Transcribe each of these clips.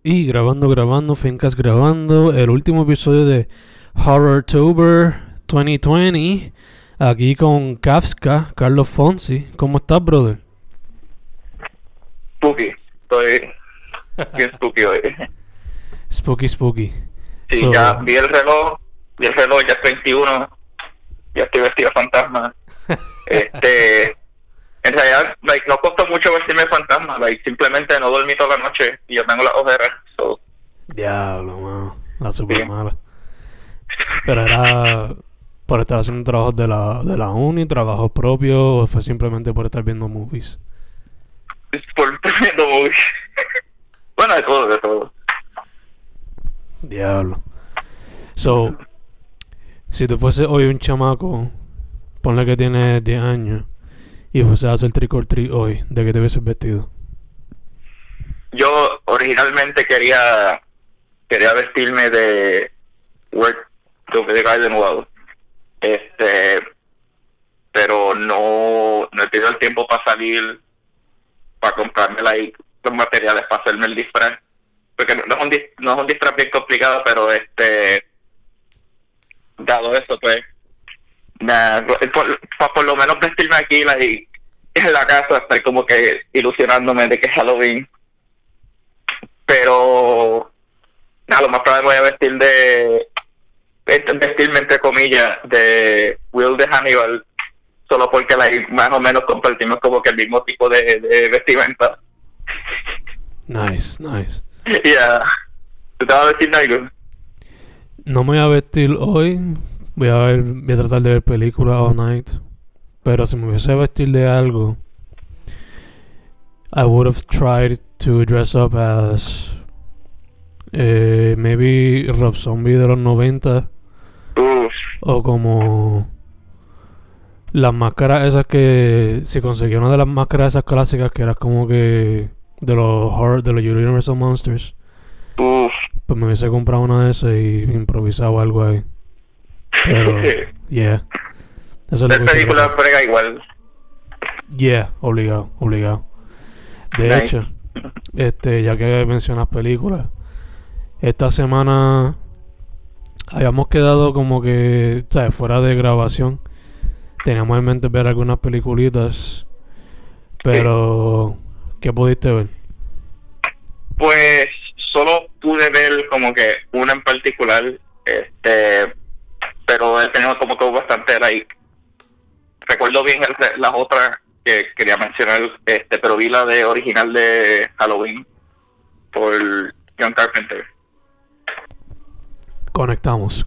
Y grabando, Fincas grabando, el último episodio de Horrortober 2020, aquí con Kafka, Carlos Fonsi. ¿Cómo estás, brother? Spooky, estoy bien spooky hoy. Spooky. Sí, ya vi el reloj, ya es 21, ya estoy vestido de fantasma. En realidad, no costó mucho vestirme de fantasma, simplemente no dormí toda la noche y yo tengo las ojeras. Diablo, mano, la super Sí. mala. Pero era por estar haciendo trabajos de la uni, trabajos propios, o fue simplemente por estar viendo movies. Por estar viendo movies. Bueno, de todo. Diablo. So, si tú fuese hoy un chamaco, ponle que tienes 10 años, y fuese a hacer trick or treat hoy, ¿de qué te hubieses vestido? Yo originalmente quería vestirme de Work de Garden Wall. Pero no he tenido el tiempo para salir, para comprarme los materiales para hacerme el disfraz. Porque no es un disfraz bien complicado, pero dado eso, pues, nada, por lo menos vestirme aquí en la casa, estar como que ilusionándome de que es Halloween. Pero nada, lo más probable voy a vestirme entre comillas de Will de Hannibal, solo porque más o menos compartimos como que el mismo tipo de vestimenta. Nice. Yeah. ¿Tú te vas a vestir algo? No me voy a vestir hoy, voy a tratar de ver películas all night. Pero si me hubiese vestir de algo, I would have tried to dress up as maybe Rob Zombie de los 90, o como las máscaras esas que, si conseguía una de las máscaras esas clásicas que era como que de los Universal Monsters, pues me hubiese comprado una de esas y improvisado algo ahí. Pero yeah, eso es La lo que película brega igual. yeah, obligado. De Nice. hecho, ya que mencionas películas, esta semana habíamos quedado como que, ¿sabes? Fuera de grabación, teníamos en mente ver algunas peliculitas, pero ¿qué pudiste ver? Pues solo pude ver como que una en particular, pero he tenido como que bastante recuerdo bien las otras que quería mencionar, pero vi la de original de Halloween por John Carpenter. Conectamos.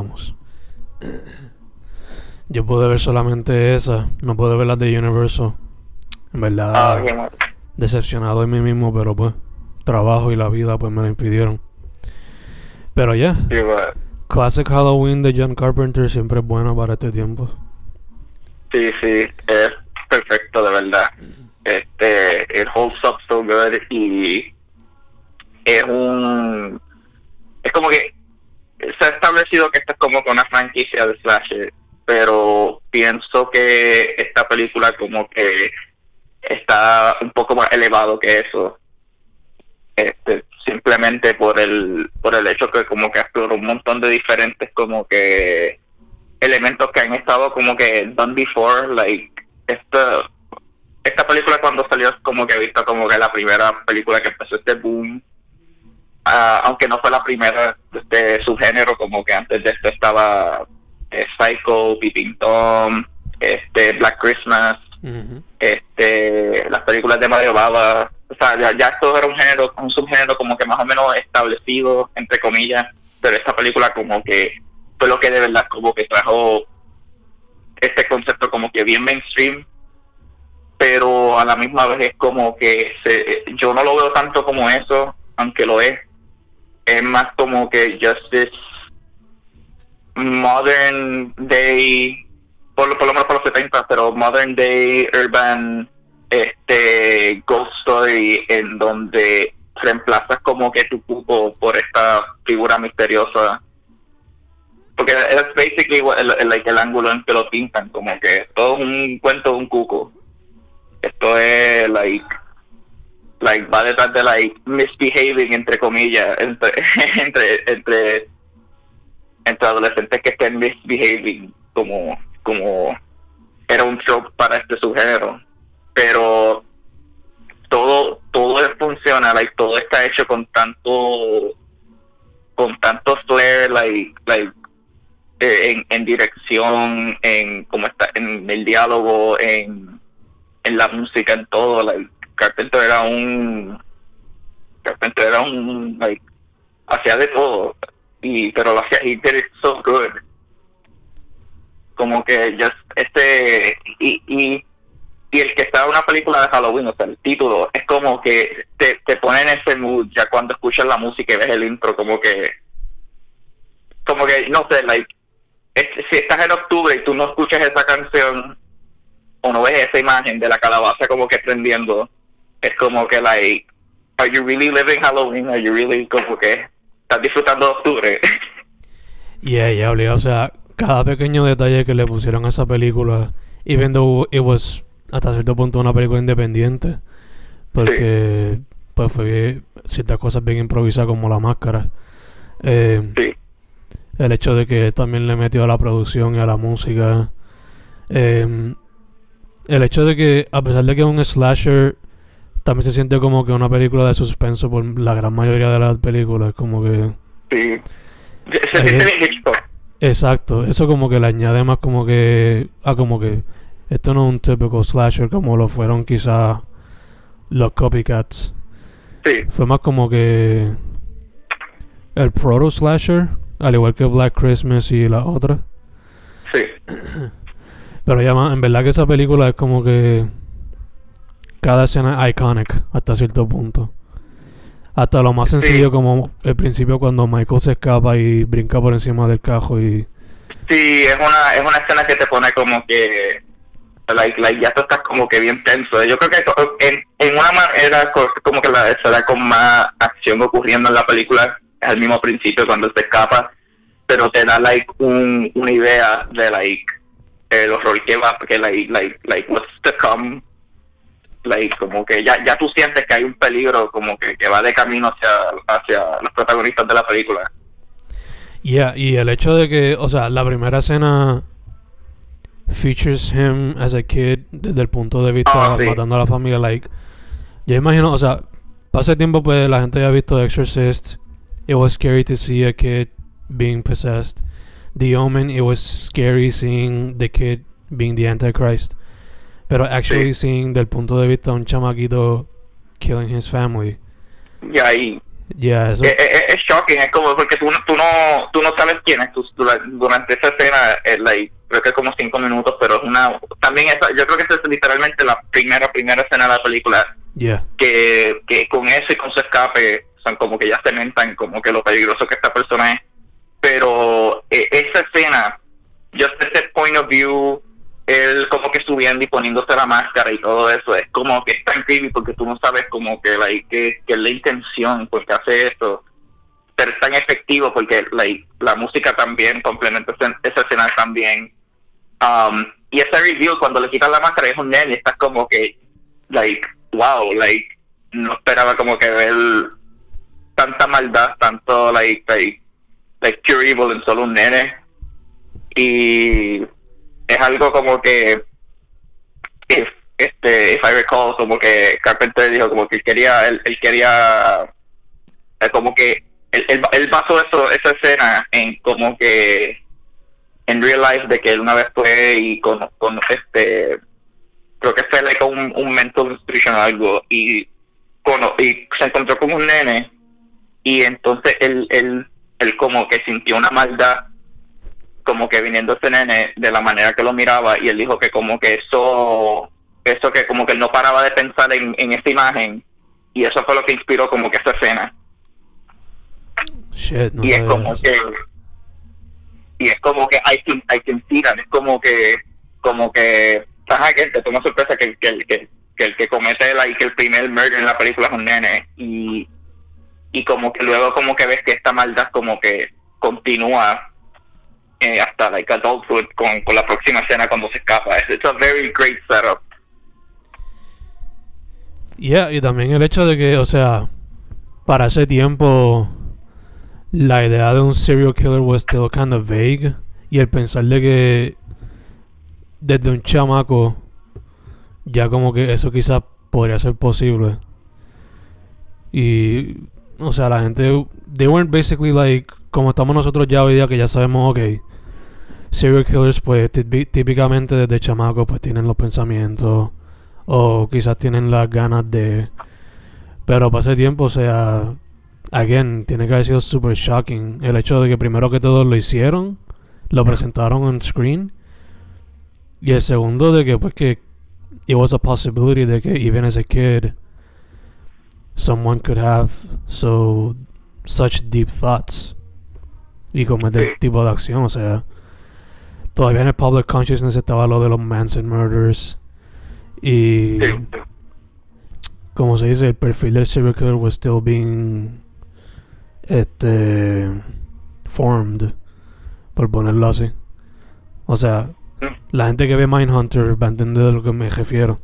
Yo pude ver solamente esa, no pude ver las de Universal. En verdad, Qué mal. decepcionado de mí mismo, pero pues, trabajo y la vida pues me lo impidieron. Pero ya, Sí, pues, Classic Halloween de John Carpenter siempre es buena para este tiempo. sí, es perfecto, de verdad. It holds up so good y es como que se ha establecido que esto es como que una franquicia de slasher, pero pienso que esta película como que está un poco más elevado que eso, simplemente por el hecho que como que explora un montón de diferentes como que elementos que han estado como que done before, esta película cuando salió es como que he visto como que la primera película que empezó este boom. Aunque no fue la primera de su género, como que antes de esto estaba Psycho, Peeping Tom, Black Christmas, Uh-huh. las películas de Mario Baba. O sea, ya esto era un subgénero como que más o menos establecido, entre comillas, pero esta película como que fue lo que de verdad como que trajo este concepto como que bien mainstream, pero a la misma vez es como que yo no lo veo tanto como eso, aunque lo es más como que just this modern day, por lo menos por los 70, pero modern day urban ghost story en donde reemplazas como que tu cupo por esta figura misteriosa, porque es basically el ángulo en que lo pintan, como que todo es un cuento de un cuco. Esto es like va detrás de like misbehaving entre comillas entre adolescentes que estén misbehaving como era un trope para este subgénero, pero todo funciona, like todo está hecho con tanto flair, like en dirección, en cómo está, en el diálogo, en la música, en todo. Like Carpenter era un like hacía de todo, pero lo hacía, he did it so good, como que just y el que está en una película de Halloween, o sea, el título es como que te pone en ese mood ya cuando escuchas la música y ves el intro, como que no sé, like si estás en octubre y tú no escuchas esa canción o no ves esa imagen de la calabaza como que prendiendo, es como que like, are you really living Halloween? Are you really, como que estás disfrutando de octubre? Yeah, o sea, cada pequeño detalle que le pusieron a esa película, even though it was hasta cierto punto una película independiente, porque sí, pues fue ciertas cosas bien improvisadas como la máscara. Sí. El hecho de que también le metió a la producción y a la música. El hecho de que, a pesar de que es un slasher, también se siente como que una película de suspenso por la gran mayoría de las películas, como que... Sí. Se siente bien Hitchcock. Exacto, eso como que le añade más como que... como que esto no es un típico slasher como lo fueron quizás los copycats. Sí. Fue más como que... el proto slasher, al igual que Black Christmas y la otra. Sí. Pero ya más, en verdad que esa película es como que cada escena es iconic hasta cierto punto. Hasta lo más sencillo, sí, como el principio cuando Michael se escapa y brinca por encima del cajo y... Sí, es una escena que te pone como que like ya tú estás como que bien tenso. Yo creo que en una manera como que la escena con más acción ocurriendo en la película es al mismo principio cuando se escapa, pero te da like una idea de like el horror que va, porque like what's to come, like como que ya tú sientes que hay un peligro como que va de camino hacia los protagonistas de la película. Yeah, y el hecho de que, o sea, la primera escena features him as a kid desde el punto de vista sí, matando a la familia, like, yo imagino, o sea, pasa tiempo pues la gente ya ha visto The Exorcist. It was scary to see a kid being possessed. The Omen, it was scary seeing the kid being the Antichrist. Pero actually sí, seeing del punto de vista de un chamaquito killing his family. Yeah, eso es shocking, es como porque tú no sabes quién es. Durante esa escena, like, creo que es como 5 minutos, pero es también yo creo que esa es literalmente la primera escena de la película. Yeah. Que con eso y con su escape son como que ya cementan como que lo peligroso que esta persona es. Pero esa escena, just ese point of view, él como que subiendo y poniéndose la máscara y todo eso, es como que es tan creepy porque tú no sabes como que like que es la intención porque hace eso, pero es tan efectivo porque like la música también complementa esa escena también. Y ese reveal cuando le quitan la máscara es un nene, estás como que like wow, like no esperaba como que ver tanta maldad, tanto like pure evil en solo un nene. Y es algo como que if I recall, como que Carpenter dijo como que él quería como que él basó esa escena en como que en real life, de que él una vez fue y con creo que fue like un mental institution o algo y se encontró con un nene y entonces él como que sintió una maldad como que viniendo ese nene de la manera que lo miraba, y él dijo que como que eso que como que él no paraba de pensar en esa imagen, y eso fue lo que inspiró como que esa escena. Shit, no, y es como que I can see that, es como que ajá, que te toma sorpresa que el que comete que el primer murder en la película es un nene, y como que luego como que ves que esta maldad como que continúa hasta like adulthood con la próxima escena cuando se escapa. It's a very great setup. Yeah, y también el hecho de que, o sea, para ese tiempo la idea de un serial killer was still kind of vague. Y el pensar de que desde un chamaco ya como que eso quizás podría ser posible. Y, o sea, la gente, they weren't basically like, como estamos nosotros ya hoy día que ya sabemos, ok, serial killers pues típicamente desde chamaco pues tienen los pensamientos o quizás tienen las ganas de... Pero para ese tiempo, o sea, again, tiene que haber sido super shocking el hecho de que primero que todo lo hicieron, lo presentaron on screen, y el segundo de que pues que it was a possibility de que even as a kid someone could have such deep thoughts y cometer tipo de acción. O sea, todavía en el public consciousness estaba lo de los Manson murders y como se dice, el perfil del serial killer was still being formed, por ponerlo así. O sea, la gente que ve Mindhunter va a entender de lo que me refiero.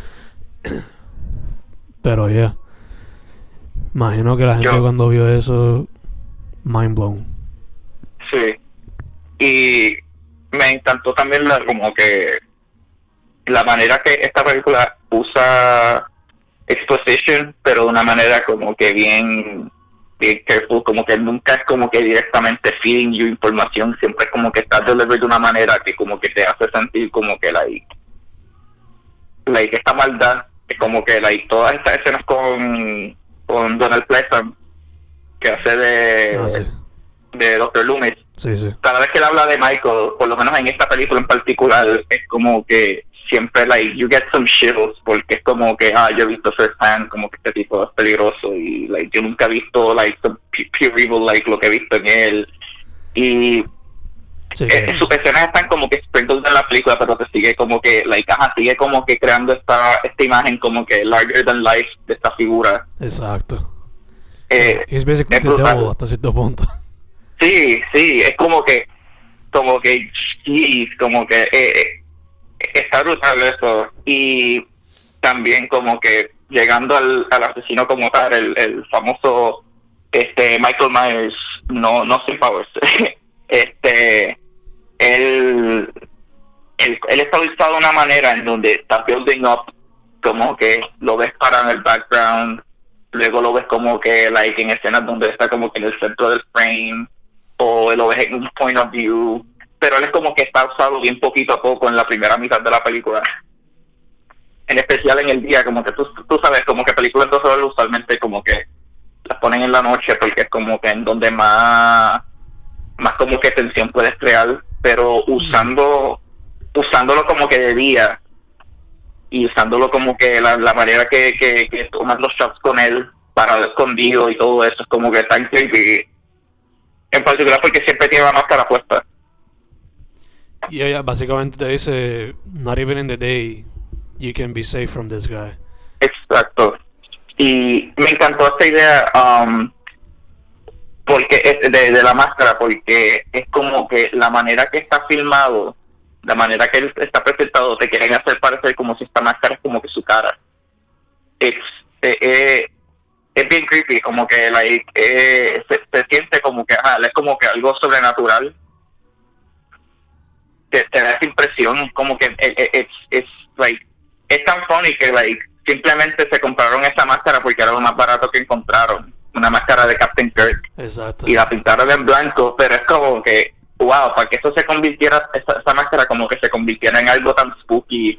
Pero ya, imagino que la gente cuando vio eso, mind blown. Sí. Y me encantó también como que la manera que esta película usa exposition, pero de una manera como que bien careful, como que nunca es como que directamente feeding you información, siempre es como que está delivered de una manera que como que te hace sentir como que like esta maldad, es como que like todas estas escenas con Donald Pleasant que hace de Dr. Loomis. Sí, sí. Cada vez que él habla de Michael, por lo menos en esta película en particular, es como que siempre like you get some chills, porque es como que yo he visto first hand como que este tipo es peligroso y like yo nunca he visto like some pure evil like lo que he visto en él, y sus escenas están como que sprinkled en la película, pero te sigue como que like sigue como que creando esta imagen como que larger than life de esta figura. Exacto. Es basically the devil hasta cierto punto. Sí, es como que geez, como que está brutal eso. Y también como que llegando al asesino como tal, el famoso Michael Myers, no Austin Powers. él está ubicado de una manera en donde está building up, como que lo ves parado en el background, luego lo ves como que like en escenas donde está como que en el centro del frame, o lo ves en un point of view, pero él es como que está usado bien poquito a poco en la primera mitad de la película, en especial en el día, como que tú sabes, como que películas de horror usualmente como que las ponen en la noche porque es como que en donde más como que tensión puedes crear, pero usándolo como que de día y usándolo como que la manera que tomas los shots con él para escondido y todo eso es como que tan creepy, en particular porque siempre tiene la máscara puesta. Y ella básicamente te dice, not even in the day you can be safe from this guy. Exacto. Y me encantó esta idea porque es de la máscara, porque es como que la manera que está filmado, la manera que él está presentado, te quieren hacer parecer como si esta máscara es como que su cara. Es bien creepy, como que like se siente como que es como que algo sobrenatural. Te da esa impresión, como que es tan funny que like simplemente se compraron esa máscara porque era lo más barato que encontraron, una máscara de Captain Kirk. Exacto. Y la pintaron en blanco, pero es como que wow, para que eso se convirtiera, esa máscara como que se convirtiera en algo tan spooky,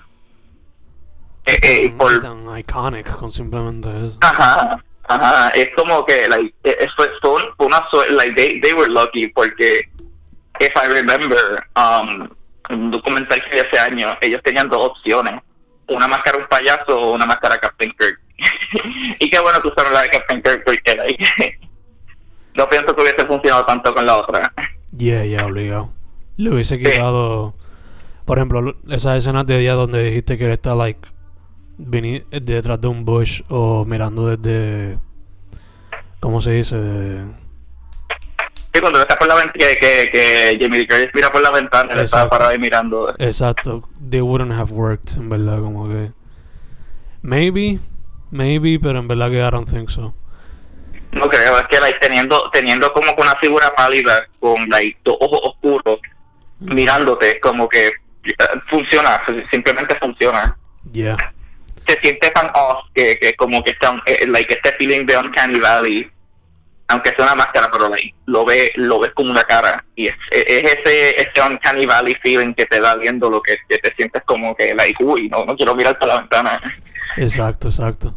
tan iconic con simplemente eso. Ajá, es como que like fue una like they were lucky, porque if I remember un documental que vi hace años, ellos tenían dos opciones, una máscara un payaso o una máscara Captain Kirk. Y qué bueno que usaron la de Captain Kirk, porque like, no pienso que hubiese funcionado tanto con la otra. Yeah, obligado. Le hubiese quitado, por ejemplo, esas escenas de día donde dijiste que él está like detrás de un bush o mirando desde, ¿cómo se dice? Sí, cuando está por la ventana, que Jamie Lee Curtis mira por la ventana, él estaba parado ahí mirando. Exacto, they wouldn't have worked, en verdad, como que maybe maybe, pero en verdad que I don't think so. No creo, es que like, teniendo como que una figura pálida con like, dos ojos oscuros mirándote, como que funciona, simplemente funciona. Yeah. Se siente tan off que como que está like este feeling de Uncanny Valley, aunque sea una máscara, pero like, lo ves como una cara, y es ese Uncanny Valley feeling que te da viendo lo que te sientes como que like, uy, no quiero mirar por la ventana. Exacto.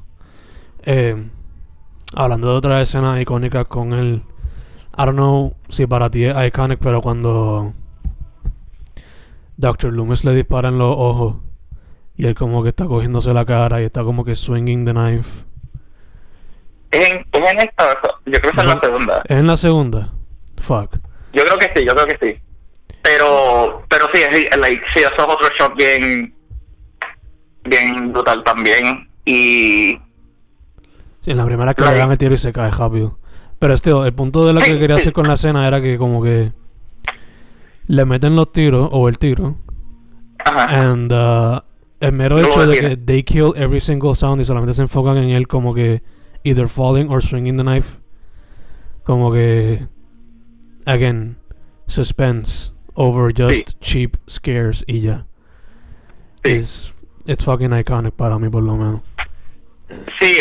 Hablando de otras escenas icónicas con él, I don't know si para ti es iconic, pero cuando Dr. Loomis le dispara en los ojos y él como que está cogiéndose la cara y está como que swinging the knife. ¿Es en esta? Yo creo que es en la segunda. ¿Es en la segunda? Fuck. Yo creo que sí. Pero sí, like, sí, eso es otro shot bien brutal también. Y sí, en la primera que le dan el tiro y se cae rápido. Pero el punto de lo que quería hacer con la escena era que como que le meten los tiros o el tiro. Ajá. And el mero hecho de que they kill every single sound y solamente se enfocan en él como que either falling or swinging the knife, como que again suspense over just cheap scares y ya. It's fucking iconic para mí, por lo menos. Sí,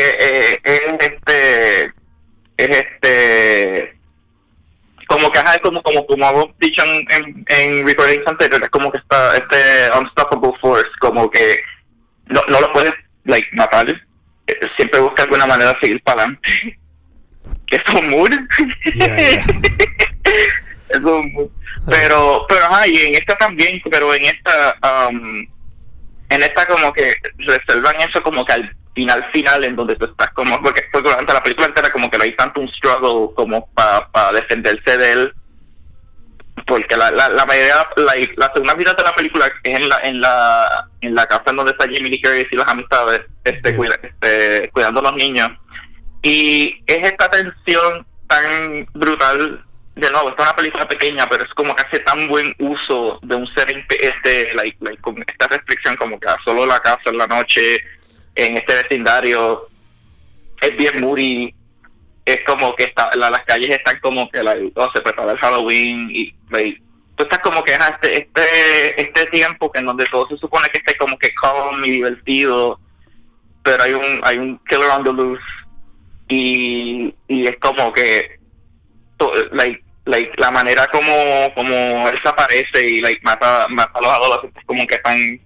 como que como hemos dicho en recordings anteriores, como que está unstoppable force, como que no lo puedes like matar, siempre busca alguna manera de seguir para adelante. Es un mood. Yeah. Es un mood. Pero ajá, y en esta también, pero en esta como que reservan eso como que al final en donde tú estás como, porque durante la película entera como que no hay tanto un struggle como para defenderse de él, porque la mayoría, la segunda mitad de la película es en la casa en donde está Jamie Lee Curtis y las amistades cuidando a los niños, y es esta tensión tan brutal. De nuevo, esta es una película pequeña, pero es como que hace tan buen uso de un setting con esta restricción, como que solo la casa en la noche, en este vecindario, es bien moody. Es como que las calles están como que se prepara el Halloween y tú estás como que este tiempo que en donde todo se supone que esté como que calm y divertido, pero hay un killer on the loose, y es como que la manera como él se aparece y mata a los adolescentes, como que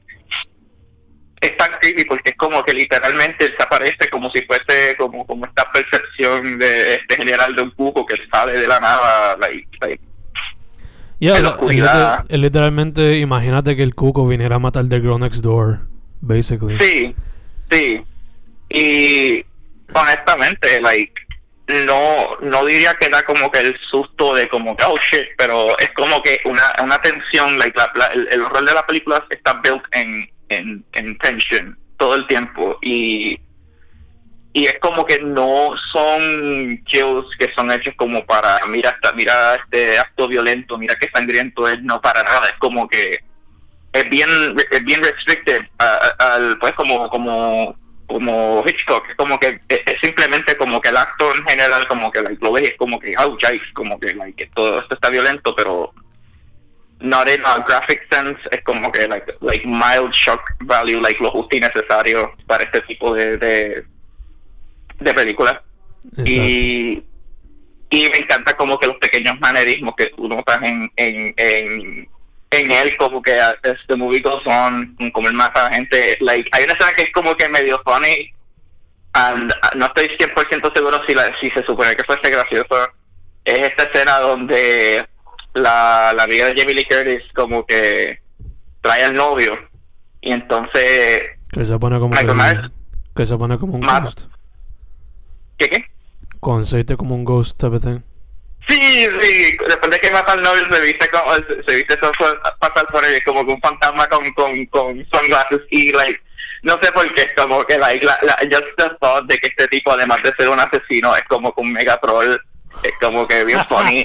es tan creepy, porque es como que literalmente él se aparece como si fuese como esta percepción de este general de un cuco que sale de la nada, en la oscuridad. Literalmente, imagínate que el cuco viniera a matar The Girl Next Door, basically. Sí. Y honestamente, no diría que da como que el susto de como que oh shit, pero es como que una tensión, el horror de la película está built en tension todo el tiempo, y es como que no son kills que son hechos como para mira este acto violento, mira qué sangriento es, no, para nada. Es como que es bien restricted al pues como Hitchcock, es como que es simplemente como que el acto en general como que lo ves, es como que como que todo esto está violento, pero not in a graphic sense, es como que like mild shock value, lo justo y necesario para este tipo de películas. Y me encanta como que los pequeños manerismos que tú notas en él, como que este movie goes on, como él mata a la gente. Hay una escena que es como que medio funny, and no estoy 100% seguro si se supone que fuese gracioso. Es esta escena donde la amiga de Jamie Lee Curtis como que trae al novio, y entonces que se pone como un ghost. ¿Qué? Con aceite como un ghost type of thing. Sí, después de que mata al novio se viste pasar por él como que un fantasma con sunglasses, y no sé por qué, es como que just the thought de que este tipo, además de ser un asesino, es como que un mega troll, es como que bien funny.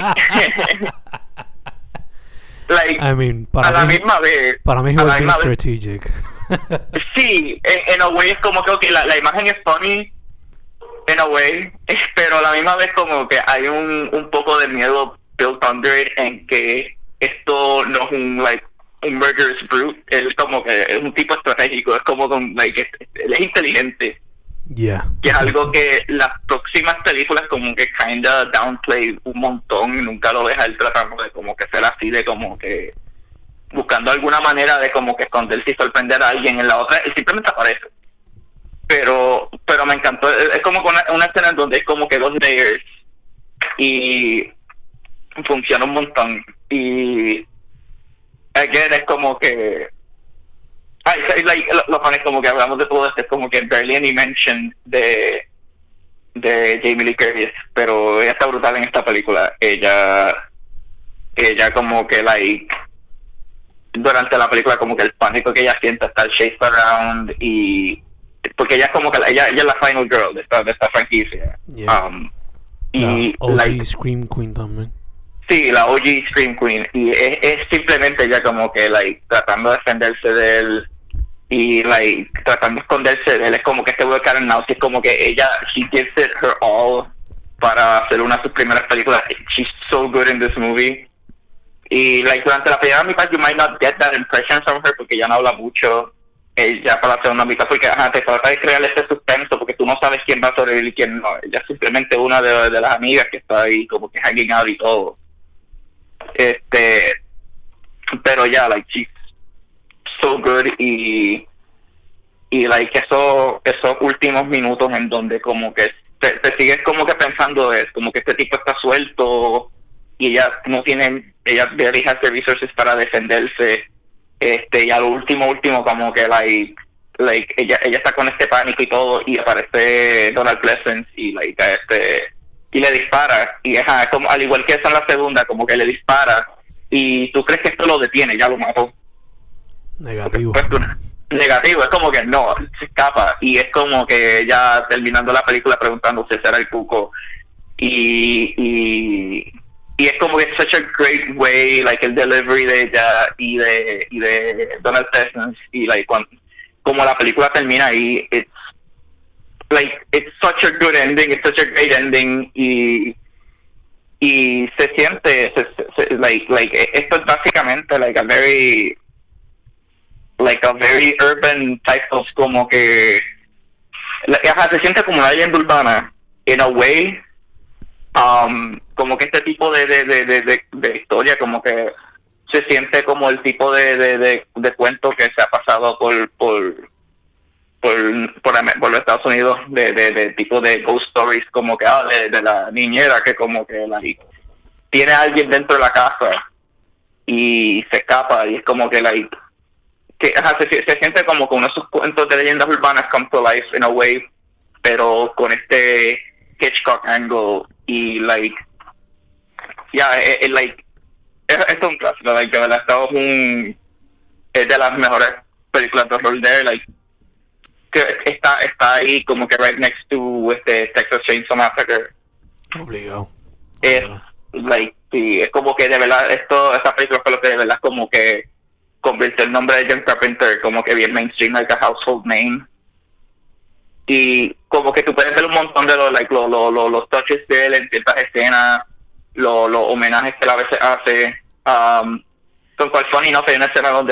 I mean, a la misma vez, para mí es strategic. Sí, en a way es como que okay, la imagen es funny, in a way, pero a la misma vez como que hay un poco de miedo built under it en que esto no es un murderous brute, él como que es un tipo estratégico, es como él es inteligente. Yeah. Que es algo que las próximas películas como que kinda downplay un montón, nunca lo deja él tratando de como que ser así, de como que buscando alguna manera de como que esconderse y sorprender a alguien. En la otra él simplemente aparece, pero me encantó, es como una escena en donde es como que dos layers y funciona un montón. Y again es como que lo funny es como que hablamos de todo esto, es como que barely any mention de Jamie Lee Curtis, pero ella está brutal en esta película. Ella como que durante la película como que el pánico que ella siente hasta el chase around, y porque ella es como que ella es la final girl de esta franquicia. Yeah. Y la OG Scream Queen también. Sí, la OG Scream Queen, y es simplemente ella como que tratando de defenderse de él y tratando de esconderse de él. Es como que este Will Karen Now, es como que ella, she gives it her all para hacer una de sus primeras películas. She's so good in this movie. Y durante la primera mitad you might not get that impression from her porque ella no habla mucho. Ella para la segunda mitad porque te trata de crear ese suspenso porque tú no sabes quién va a sobrevivir y quién no. Ella es simplemente una de las amigas que está ahí como que hanging out y todo. Pero ya, she's so good, y esos últimos minutos en donde como que te sigues como que pensando, es como que este tipo está suelto y ella barely has the resources para defenderse, y a lo último como que ella está con este pánico y todo, y aparece Donald Pleasence y y le dispara, y es como al igual que esa en la segunda, como que le dispara y tú crees que esto lo detiene, ya lo mató. Negativo. Negativo, es como que no, se escapa, y es como que ya terminando la película preguntándose si era el cuco, y es como que such a great way, el delivery de ella y de Donald Pleasence, y como la película termina ahí, it's such a good ending, it's such a great ending, y se siente esto es básicamente a very urban type of, como que se siente como una leyenda urbana in a way, como que este tipo de historia como que se siente como el tipo de cuento que se ha pasado por los Estados Unidos, de tipo de ghost stories, como que de la niñera que como que tiene a alguien dentro de la casa y se escapa, y es como que se siente como que uno de esos cuentos de leyendas urbanas come to life in a way, pero con este Hitchcock angle, y esto es un clásico, de verdad, es de las mejores películas de horror que está ahí como que right next to Texas Chainsaw Massacre. Obligado. Sí, es como que de verdad esta película fue lo que de verdad como que convirtió el nombre de John Carpenter como que bien mainstream, a household name, y como que tú puedes ver un montón de los touches de él en ciertas escenas, los homenajes que él a veces hace, con cual funny, no sé, hay una escena donde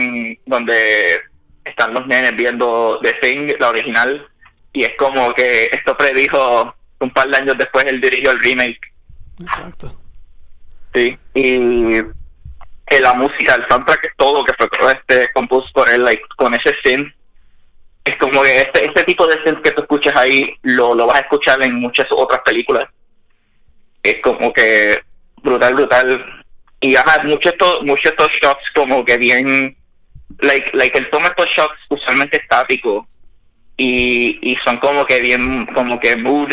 están los nenes viendo The Thing, la original, y es como que esto predijo un par de años después él dirigió el remake. Exacto. Sí, y la música, el soundtrack, todo que fue compuesto por él, con ese synth, es como que este tipo de synth que tú escuchas ahí lo vas a escuchar en muchas otras películas. Es como que brutal, y muchos de estos shots como que bien él toma estos shots usualmente estáticos y son como que bien, como que mood,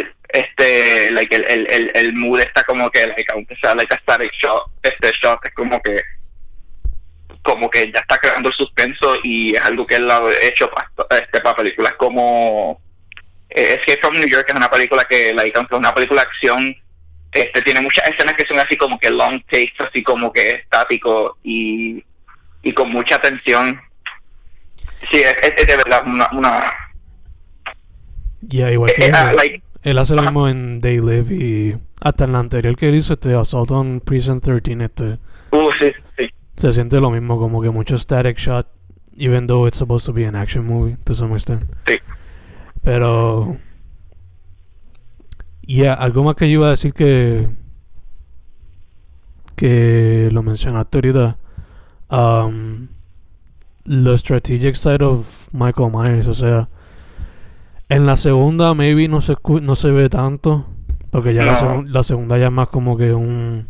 el mood está como que aunque sea a static shot, este shot es como que ya está creando el suspenso, y es algo que él ha hecho para películas como Escape from New York, es una película que aunque es una película de acción, tiene muchas escenas que son así como que long takes, así como que estático y con mucha tensión. Sí, es de verdad una igual que él hace lo mismo en They Live y hasta en la anterior que él hizo, Assault on Prison 13, Sí, sí. se siente lo mismo, como que mucho static shot, even though it's supposed to be an action movie to some extent. Sí. Pero algo más que yo iba a decir que lo mencionaste ahorita, the strategic side of Michael Myers, o sea, en la segunda maybe no se ve tanto, porque ya la segunda ya es más como que un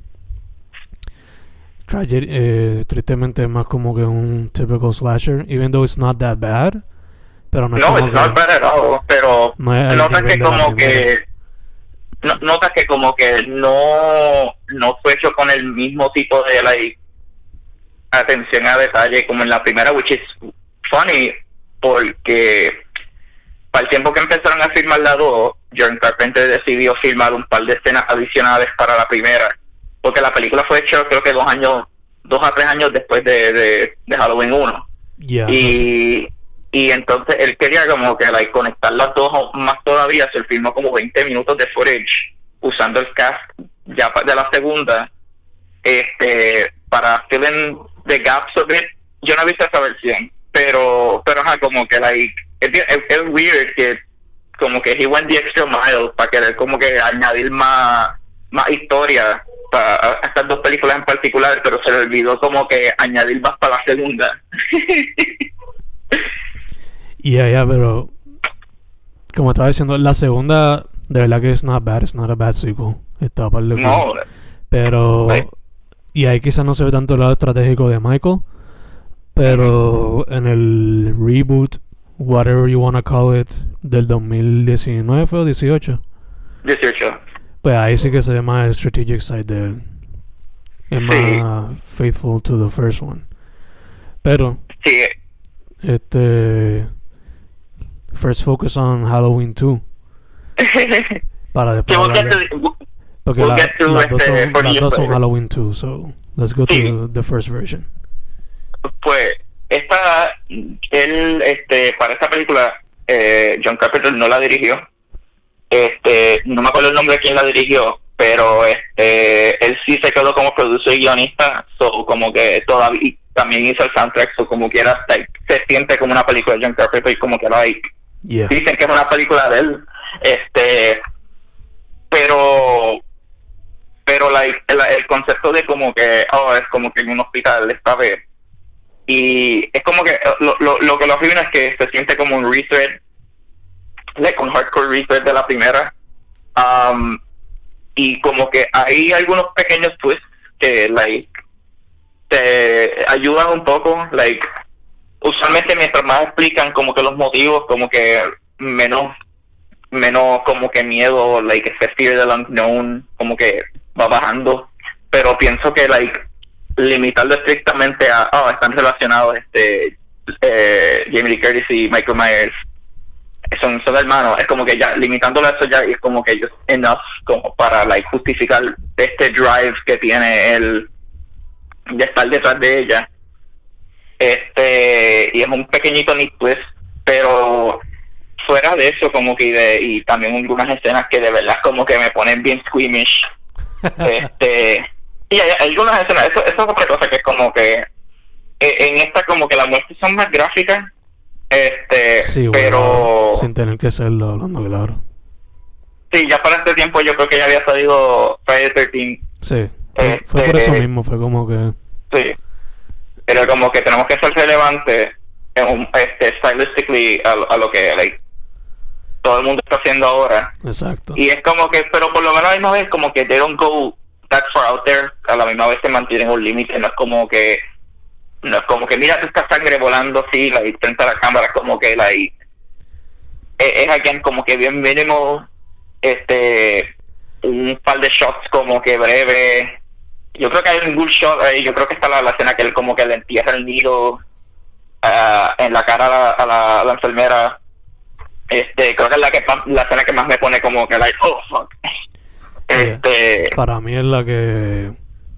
tristemente es más como que un typical slasher, even though it's not that bad, pero no es No, it's not bad at all, pero notas que como que notas que como que no fue hecho con el mismo tipo de like atención a detalle como en la primera, which is funny, porque para el tiempo que empezaron a filmar la 2, John Carpenter decidió filmar un par de escenas adicionales para la primera, porque la película fue hecha creo que 2 a 3 años después de Halloween 1. Yeah, Y entonces él quería como que like, conectar las dos más todavía. Se filmó como 20 minutos de footage usando el cast ya de la segunda para fill in the gaps of it. Yo no he visto esa versión, pero ajá, como que like es weird que como que he went the extra mile para querer como que añadir más historia para estas dos películas en particular, pero se le olvidó como que añadir más para la segunda. Pero como estaba diciendo, la segunda de verdad que it's not a bad sequel. Está para el No, pero right. Y ahí quizás no se ve tanto el lado estratégico de Michael, pero en el reboot, whatever you wanna call it, del 2019 fue o 18. 18. Pues ahí sí que se ve más el strategic side de él. Es más faithful to the first one. Pero Sí. First focus on Halloween 2. Para después porque las dos son Halloween 2, so let's go to the first version. Pues él para esta película John Carpenter no la dirigió. No me acuerdo el nombre de quién la dirigió, pero él sí se quedó como productor y guionista, so como que todavía también hizo el soundtrack, so como quiera like, se siente como una película de John Carpenter y como que like dicen que es una película de él, pero like el concepto de como que es como que en un hospital esta vez, y es como que lo que lo arruina es que se siente como un reset, like un hardcore reset de la primera, y como que hay algunos pequeños twists que like te ayudan un poco, like usualmente mientras más explican como que los motivos, como que menos como que miedo, like ese fear del unknown como que va bajando, pero pienso que like limitarlo estrictamente a están relacionados Jamie Lee Curtis y Michael Myers son hermanos, es como que ya limitándolo a eso ya es como que just enough como para like justificar este drive que tiene él de estar detrás de ella, y es un pequeñito nit twist, pero fuera de eso como que y también algunas escenas que de verdad como que me ponen bien squeamish, y hay algunas escenas, eso es otra cosa que es como que en esta como que las muertes son más gráficas, sí, pero bueno, sin tener que serlo, hablando claro. Sí, ya para este tiempo yo creo que ya había salido Friday the 13th. Sí, fue por eso mismo, fue como que sí, pero como que tenemos que ser relevantes stylistically a lo que like todo el mundo está haciendo ahora. Exacto. Y es como que, pero por lo menos a la misma vez como que they don't go that far out there, a la misma vez se mantienen un límite, no es como que mira esta sangre volando así, like, frente a la cámara, como que like es again como que bien mínimo, un par de shots como que breve. Yo creo que hay un good shot ahí, yo creo que está la escena que él como que le entierra el nido en la cara a la enfermera. Creo que es la escena que más me pone como que like, oh fuck. Para mí es la que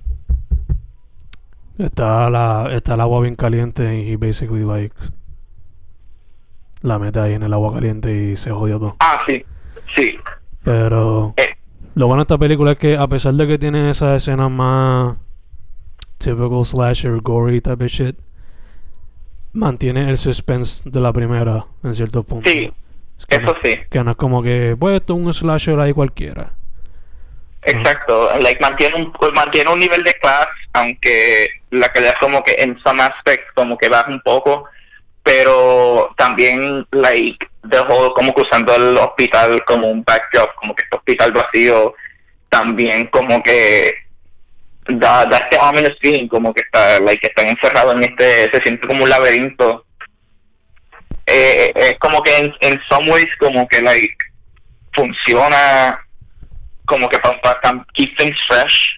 está el agua bien caliente y basically like la mete ahí en el agua caliente y se jodió todo. Sí. Pero lo bueno de esta película es que a pesar de que tiene esas escenas más typical slasher, gory type of shit, mantiene el suspense de la primera en cierto punto. Sí, es que eso no, sí. que no es como que, pues esto es un slasher ahí cualquiera. Exacto, like mantiene un nivel de class, aunque la calidad como que en some aspects como que baja un poco, pero también like dejó como que usando el hospital como un backdrop, como que este hospital vacío también como que da este ominous feeling, como que están encerrados en se siente como un laberinto. Es como que en some ways como que like funciona como que para keep things fresh,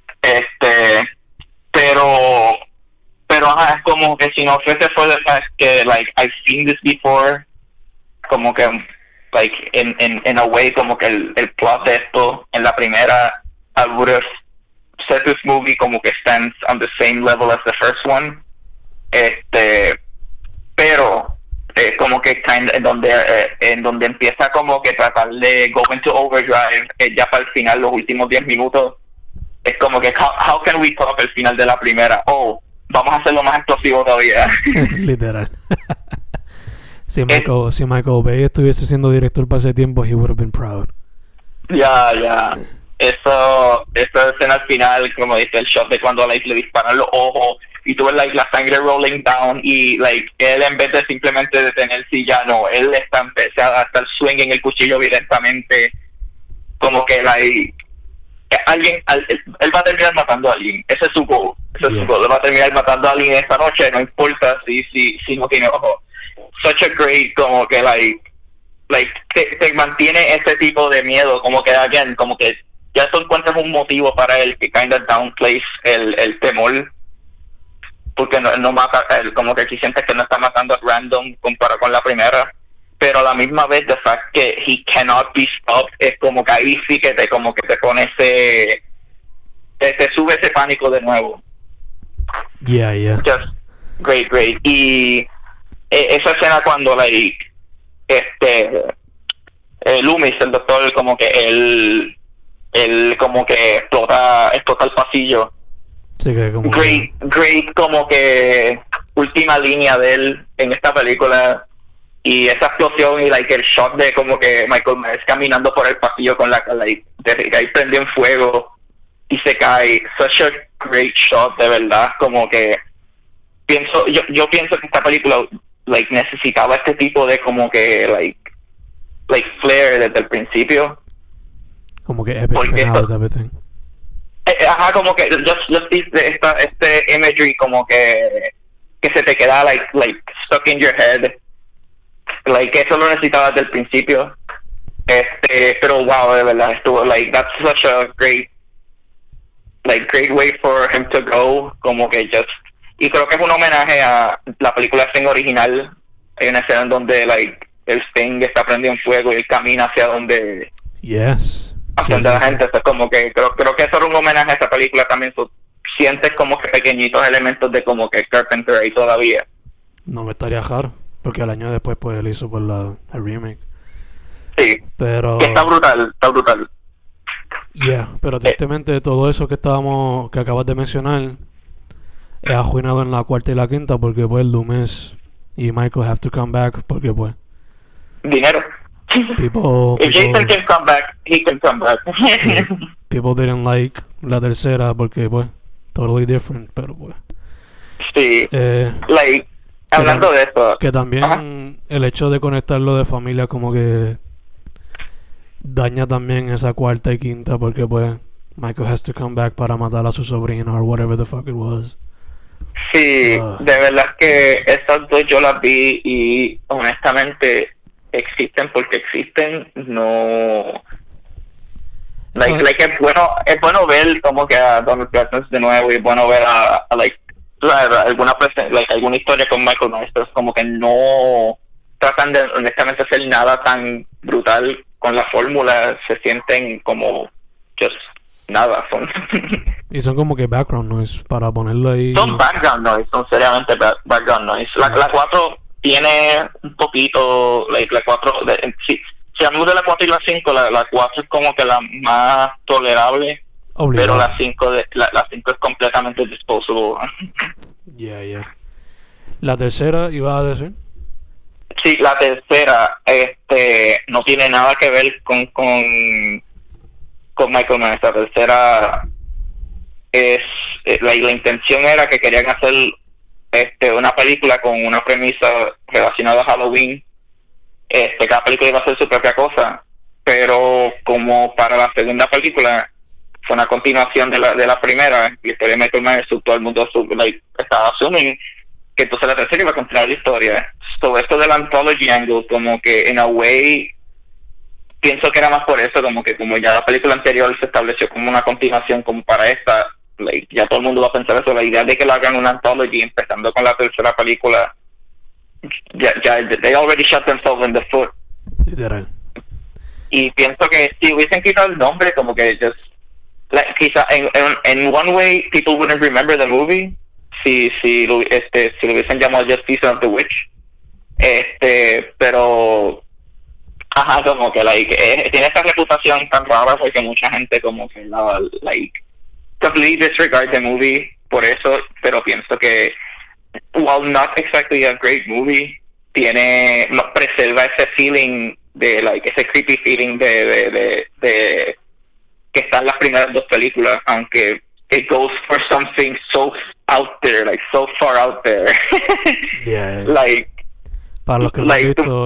pero ajá, es como que si no fuese for the fact que like I've seen this before, como que like in a way como que el plot de esto en la primera I would have said this movie como que stands on the same level as the first one, pero como que en donde empieza como que tratar de go into overdrive, ya para el final, los últimos 10 minutos, es como que how can we top el final de la primera? Vamos a hacerlo más explosivo todavía. Literal. si Michael Bay estuviese siendo director para ese tiempo, he would have been proud. Ya. Esa escena al final, como dice el shot de cuando like, le disparan los ojos y tú ves like, la sangre rolling down y like él en vez de simplemente detenerse y ya no, él está empezando a estar swinging el cuchillo directamente, como que like él va a terminar matando a alguien, ese es su goal, él va a terminar matando a alguien esta noche, no importa si no tiene ojos. Such a great, como que like te mantiene ese tipo de miedo, como que again, como que ya tú encuentras un motivo para él que kind of downplays el temor, porque no mata, como que aquí sientes que no está matando a random comparado con la primera, pero a la misma vez the fact que he cannot be stopped es como que ahí sí que te pone te sube ese pánico de nuevo. Yeah. Just great. Y esa escena cuando like Loomis, el doctor, como que él como que explota el pasillo. Sí, que como great como que última línea de él en esta película, y esa explosión y like el shot de como que Michael Myers caminando por el pasillo con de ahí prende en fuego y se cae. Such a great shot, de verdad, como que yo pienso que esta película like necesitaba este tipo de como que like flair desde el principio, como que epic final de everything. Ajá, como que just este imagery como que se te queda like stuck in your head, like eso lo necesitaba desde el principio, pero wow, de verdad estuvo like that's such a great way for him to go, como que y creo que es un homenaje a la película Sting original. Hay una escena en donde like el Sting está prendido en fuego y él camina hacia donde la gente. Es como que creo que eso era un homenaje a esta película también. Sientes como que pequeñitos elementos de como que Carpenter ahí todavía. No me estaría raro, porque al año después pues él hizo por el remake. Sí, pero que está brutal. Pero tristemente todo eso que acabas de mencionar es arruinado en la cuarta y la quinta, porque pues Loomis y Michael have to come back, porque pues dinero. If Jason can come back, he can come back. People didn't like la tercera porque pues totally different, pero pues sí, hablando de eso, que también el hecho de conectarlo de familia como que daña también esa cuarta y quinta, porque pues Michael has to come back para matar a su sobrino or whatever the fuck it was. Sí, de verdad que esas dos yo las vi y honestamente existen porque existen, no es bueno ver como que a Donald Pleasence de nuevo, y es bueno ver a alguna historia con Michael Myers, pero es como que no tratan de honestamente hacer nada tan brutal con la fórmula, se sienten como just nada, y son como que background noise para ponerlo ahí. Son background noise, son seriamente background noise. La 4 tiene un poquito, la 4 sí si hablamos de la 4 y la 5, la 4 es como que la más tolerable, Obligado. pero la 5 es completamente disposable. Yeah. La tercera, iba a decir. Sí, la tercera no tiene nada que ver con Michael Myers. La tercera es la intención era que querían hacer una película con una premisa relacionada a Halloween. Cada película iba a ser su propia cosa, pero como para la segunda película fue una continuación de la primera, la historia de Michael Myers, todo el mundo estaba asumiendo que entonces la tercera iba a continuar la historia. So, esto del anthology angle, como que en a way pienso que era más por eso, como ya la película anterior se estableció como una continuación como para esta, ya todo el mundo va a pensar eso, la idea de que lo hagan una anthology empezando con la tercera película, ya they already shot themselves in the foot. Literal. Y pienso que si hubiesen quitado el nombre, como que just quizá en one way people wouldn't remember the movie si lo hubiesen llamado Just Season of the Witch, pero ajá, como que tiene esta reputación tan rara porque mucha gente como que completely disregard the movie por eso, pero pienso que while not exactly a great movie, preserva ese feeling de ese creepy feeling de que están las primeras dos películas, aunque it goes for something so out there, so far out there. Yeah. Para los que no han visto,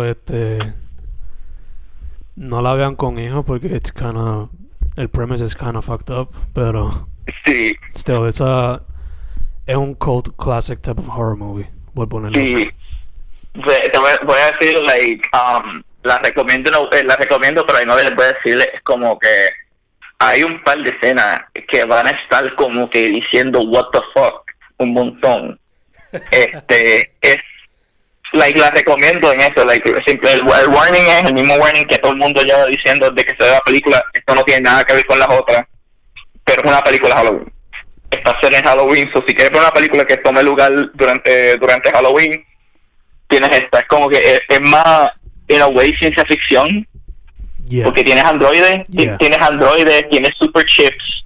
no la vean con hijos porque el premise is kind of fucked up, pero sí, still, es un cult classic type of horror movie. Voy a ponerlo. Sí. Te voy a decir, la recomiendo, pero ahí no les voy a decir, es como que hay un par de escenas que van a estar como que diciendo what the fuck un montón. Es la recomiendo en eso, el warning es el mismo warning que todo el mundo lleva diciendo de que se ve la película. Esto no tiene nada que ver con las otras, pero es una película de Halloween. Está ser en Halloween, so si quieres ver una película que tome lugar durante Halloween, tienes esta. Es como que es más in a way ciencia ficción. Yeah. Porque tienes androides, tienes super chips,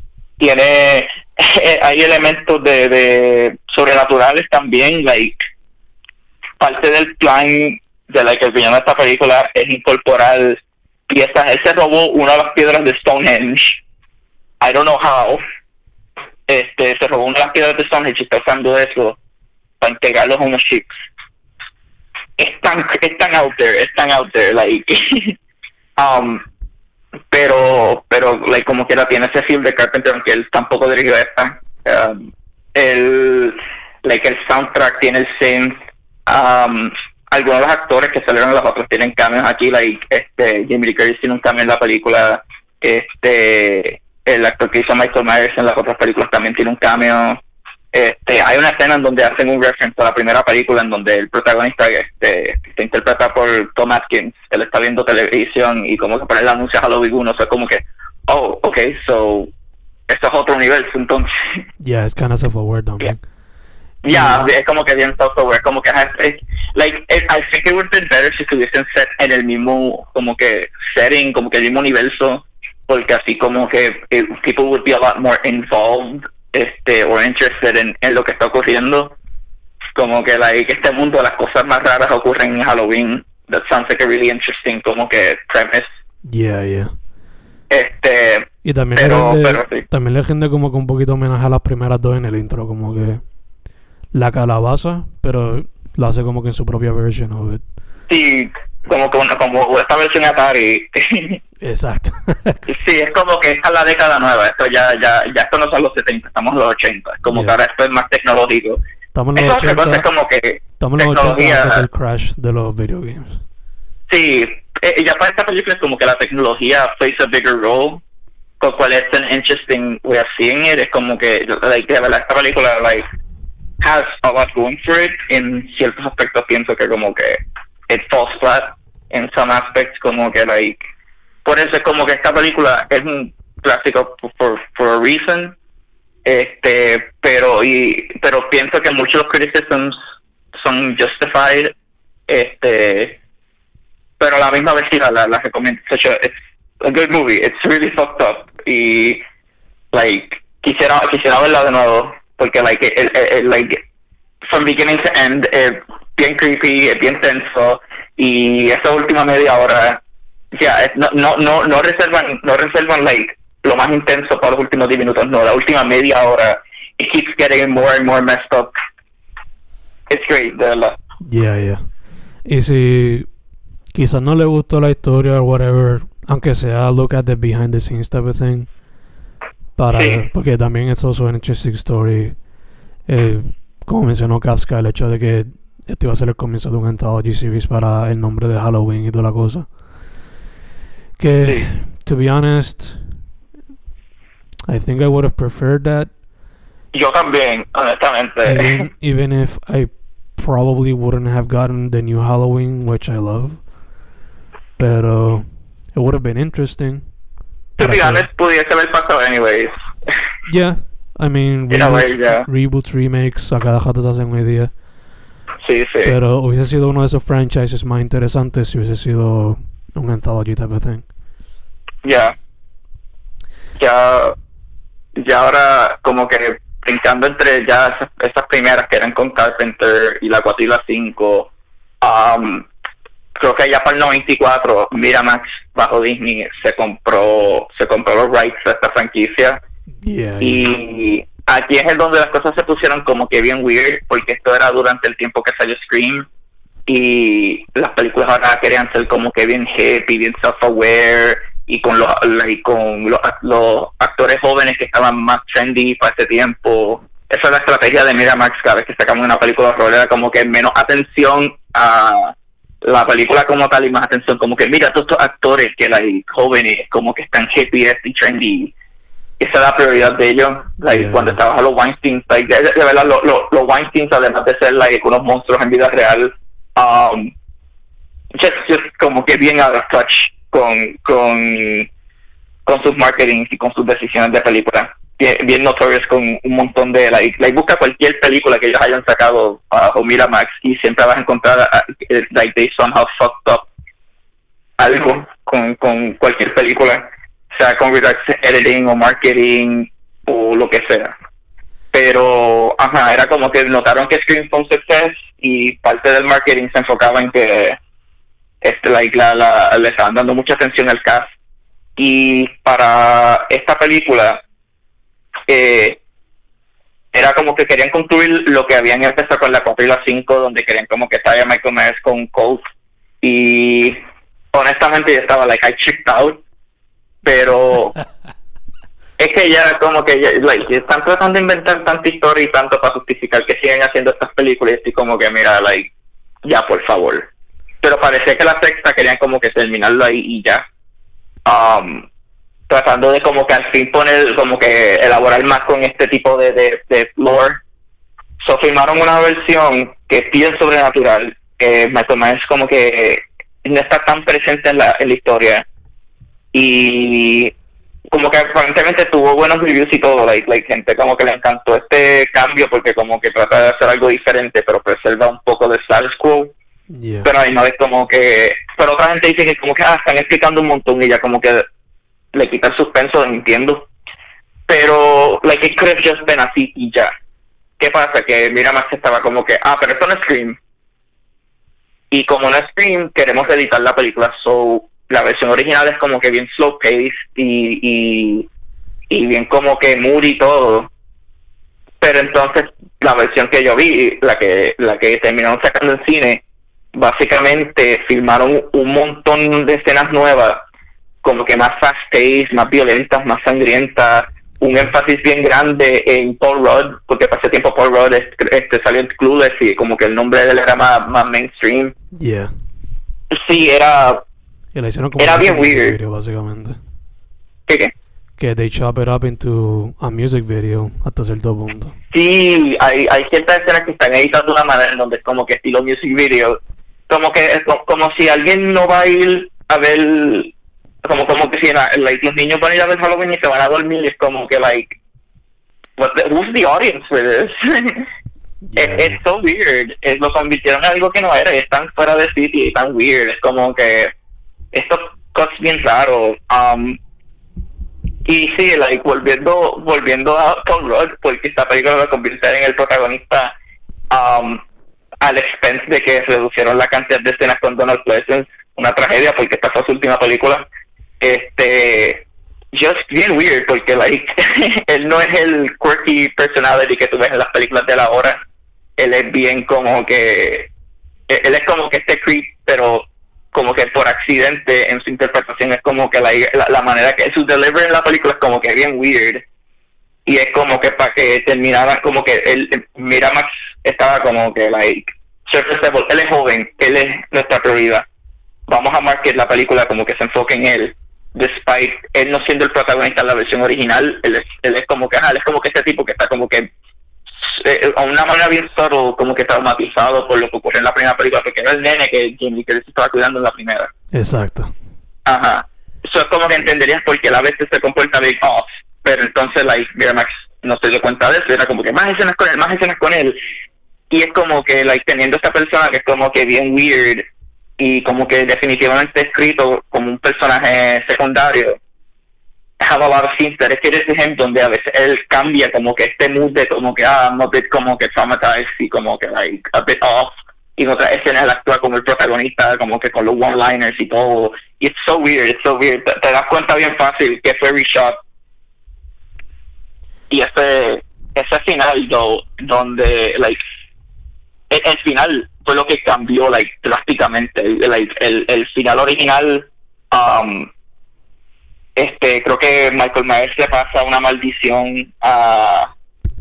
hay elementos de sobrenaturales también, parte del plan de el villano de esta película es incorporar piezas. Él se robó una de las piedras de Stonehenge, I don't know how, se robó una de las piedras de Stonehenge y está usando eso para integrarlos a unos chips. Es tan out there, pero como quiera tiene ese film de Carpenter, aunque él tampoco dirigió esta. El soundtrack tiene el synth. Algunos de los actores que salieron en las otras tienen cameos aquí, Jamie Lee Curtis tiene un cameo en la película, el actor que hizo Michael Myers en las otras películas también tiene un cameo. Hay una escena en donde hacen un reference a la primera película en donde el protagonista se interpreta por Tom Atkins. Él está viendo televisión y como que pone el anuncio a Halloween 1, o sea, como que so esto es otro universo entonces. Yeah, it's kind of self-aware también. Yeah, es como que bien self-aware, como que I think it would have been better si estuviesen set en el mismo como que setting, como que el mismo universo, porque así como que people would be a lot more involved or interested en lo que está ocurriendo, como que este mundo de las cosas más raras ocurren en Halloween. That sounds like a really interesting como que premise. Yeah. Y también sí. También le rinde como que un poquito homenaje a las primeras dos en el intro, como que la calabaza, pero lo hace como que en su propia version of it. Sí, como esta versión Atari. Exacto. Sí, es como que esta es la década nueva. Esto ya esto no son los 70, estamos en los 80. Como que ahora esto es más tecnológico. Estamos en los 80. Es como que estamos en los 80 antes del crash de los video games. Sí, ya para esta película es como que la tecnología plays a bigger role, con cual es an interesting way of seeing it. Es como que de verdad esta película has a lot going for it. En ciertos aspectos pienso que como que it falls flat in some aspects, como que por eso es como que esta película es un clásico for a reason, pero pienso que muchos criticisms son justified, pero a la misma vez sí la recomiendo. It's a good movie. It's really fucked up. Y like quisiera verla de nuevo porque like from beginning to end bien creepy, bien tenso, y esa última media hora no reservan like lo más intenso para los últimos 10 minutos. No, la última media hora it keeps getting more and more messed up. It's great, de verdad. Yeah. Y si quizás no le gustó la historia o whatever, aunque sea look at the behind the scenes type of thing, porque también es also an interesting story. Como mencionó Kafka, el hecho de que este iba a ser el comienzo de un anthology series para el nombre de Halloween y toda la cosa. Que, to be honest, I think I would have preferred that. Yo también, honestamente. Even if I probably wouldn't have gotten the new Halloween, which I love. Pero it would have been interesting. To be honest, pudiese haber pasado anyways. Yeah, I mean, reboots, remakes, a cada rato se hacen hoy día. Sí. Pero hubiese sido uno de esos franchises más interesantes si hubiese sido un anthology type of thing. Ya ahora como que brincando entre ya esas primeras que eran con Carpenter y la 4 y la 5, creo que ya para el 94 Miramax bajo Disney se compró los rights de esta franquicia. Y aquí es donde las cosas se pusieron como que bien weird, porque esto era durante el tiempo que salió Scream y las películas ahora querían ser como que bien hippie, bien self-aware, y con los actores jóvenes que estaban más trendy para ese tiempo. Esa es la estrategia de Miramax. Cada vez que sacamos una película de horror era como que menos atención a la película como tal y más atención como que mira todos estos actores que jóvenes como que están hippie y trendy. Esa es la prioridad de ellos. Cuando trabajan los Weinstein, de verdad los Weinstein, además de ser unos monstruos en vida real, just como que bien out of touch con sus marketing y con sus decisiones de película. Bien notorious con un montón de busca cualquier película que ellos hayan sacado o Miramax y siempre vas a encontrar they somehow fucked up algo con cualquier película, sea con regards to editing o marketing o lo que sea. Pero era como que notaron que Scream fue un success y parte del marketing se enfocaba en que le estaban dando mucha atención al cast. Y para esta película era como que querían concluir lo que habían empezado con la 4 y la 5, donde querían como que salga Michael Myers con Colt. Y honestamente yo estaba I checked out, pero es que ya como que están tratando de inventar tanta historia y tanto para justificar que siguen haciendo estas películas, y estoy como que mira, ya por favor. Pero parecía que la sexta querían como que terminarlo ahí y ya. Tratando de como que al fin poner, como que elaborar más con este tipo de lore. So filmaron una versión que es bien sobrenatural, que Michael Myers como que no está tan presente en la historia, y como que aparentemente tuvo buenos reviews y todo, gente como que le encantó este cambio porque como que trata de hacer algo diferente pero preserva un poco de status quo. Pero ahí no es como que, pero otra gente dice que como que están explicando un montón y ya como que le quita el suspenso, entiendo, pero it could have just been así y ya. ¿Qué pasa? Que Miramax estaba como que pero esto no es Scream, y como no es Scream queremos editar la película, so la versión original es como que bien slow paced y bien como que moody y todo. Pero entonces la versión que yo vi, la que terminaron sacando en cine, básicamente filmaron un montón de escenas nuevas, como que más fast paced, más violentas, más sangrientas, un énfasis bien grande en Paul Rudd, porque para ese tiempo Paul Rudd salió en Clueless y como que el nombre de él era más mainstream. Sí, era bien weird video, básicamente. ¿Qué? Que they chop it up into a music video hasta cierto punto. Sí, hay ciertas escenas que están editadas de una manera en donde es como que estilo music video, como que como si alguien no va a ir a ver, como que si los niños van a ir a ver Halloween y se van a dormir, y es como que who's the audience for this? Es so weird. Lo convirtieron en algo que no era. Es tan fuera de sitio y tan weird. Es como que estos cosas bien raros. Y sí, like, volviendo a Paul Rudd, porque esta película lo convirtió en el protagonista al expense de que reducieron la cantidad de escenas con Donald Pleasence. Una tragedia, porque esta fue su última película. Just bien weird, porque like él no es el quirky personality que tú ves en las películas de la hora. Él es bien como que él es como que este creep, pero como que por accidente en su interpretación. Es como que la manera que su delivery en la película es como que bien weird, y es como que para que terminara como que Miramax estaba como que like surface level. Él es joven, él es nuestra prioridad, vamos a market la película como que se enfoque en él, despite él no siendo el protagonista en la versión original. Él es como que él es como que este tipo que está como que a una manera bien subtle, como que traumatizado por lo que ocurrió en la primera película, porque era el nene que Jamie Curtis estaba cuidando en la primera. Exacto. Ajá. Eso es como que entenderías porque él a veces se comporta bien off, pero entonces like Miramax no se dio cuenta de eso. Era como que más escenas con él, y es como que like teniendo esta persona que es como que bien weird y como que definitivamente escrito como un personaje secundario. Have a lot of scenes dedicated to him, donde a veces él cambia como que este mood de como que I'm a bit como que traumatized y como que like a bit off, y en otras escenas él actúa como el protagonista, como que con los one-liners y todo. Y it's so weird. Te das cuenta bien fácil que fue reshot. Y ese final donde like el final fue lo que cambió like drásticamente. Like el final original, creo que Michael Myers le pasa una maldición a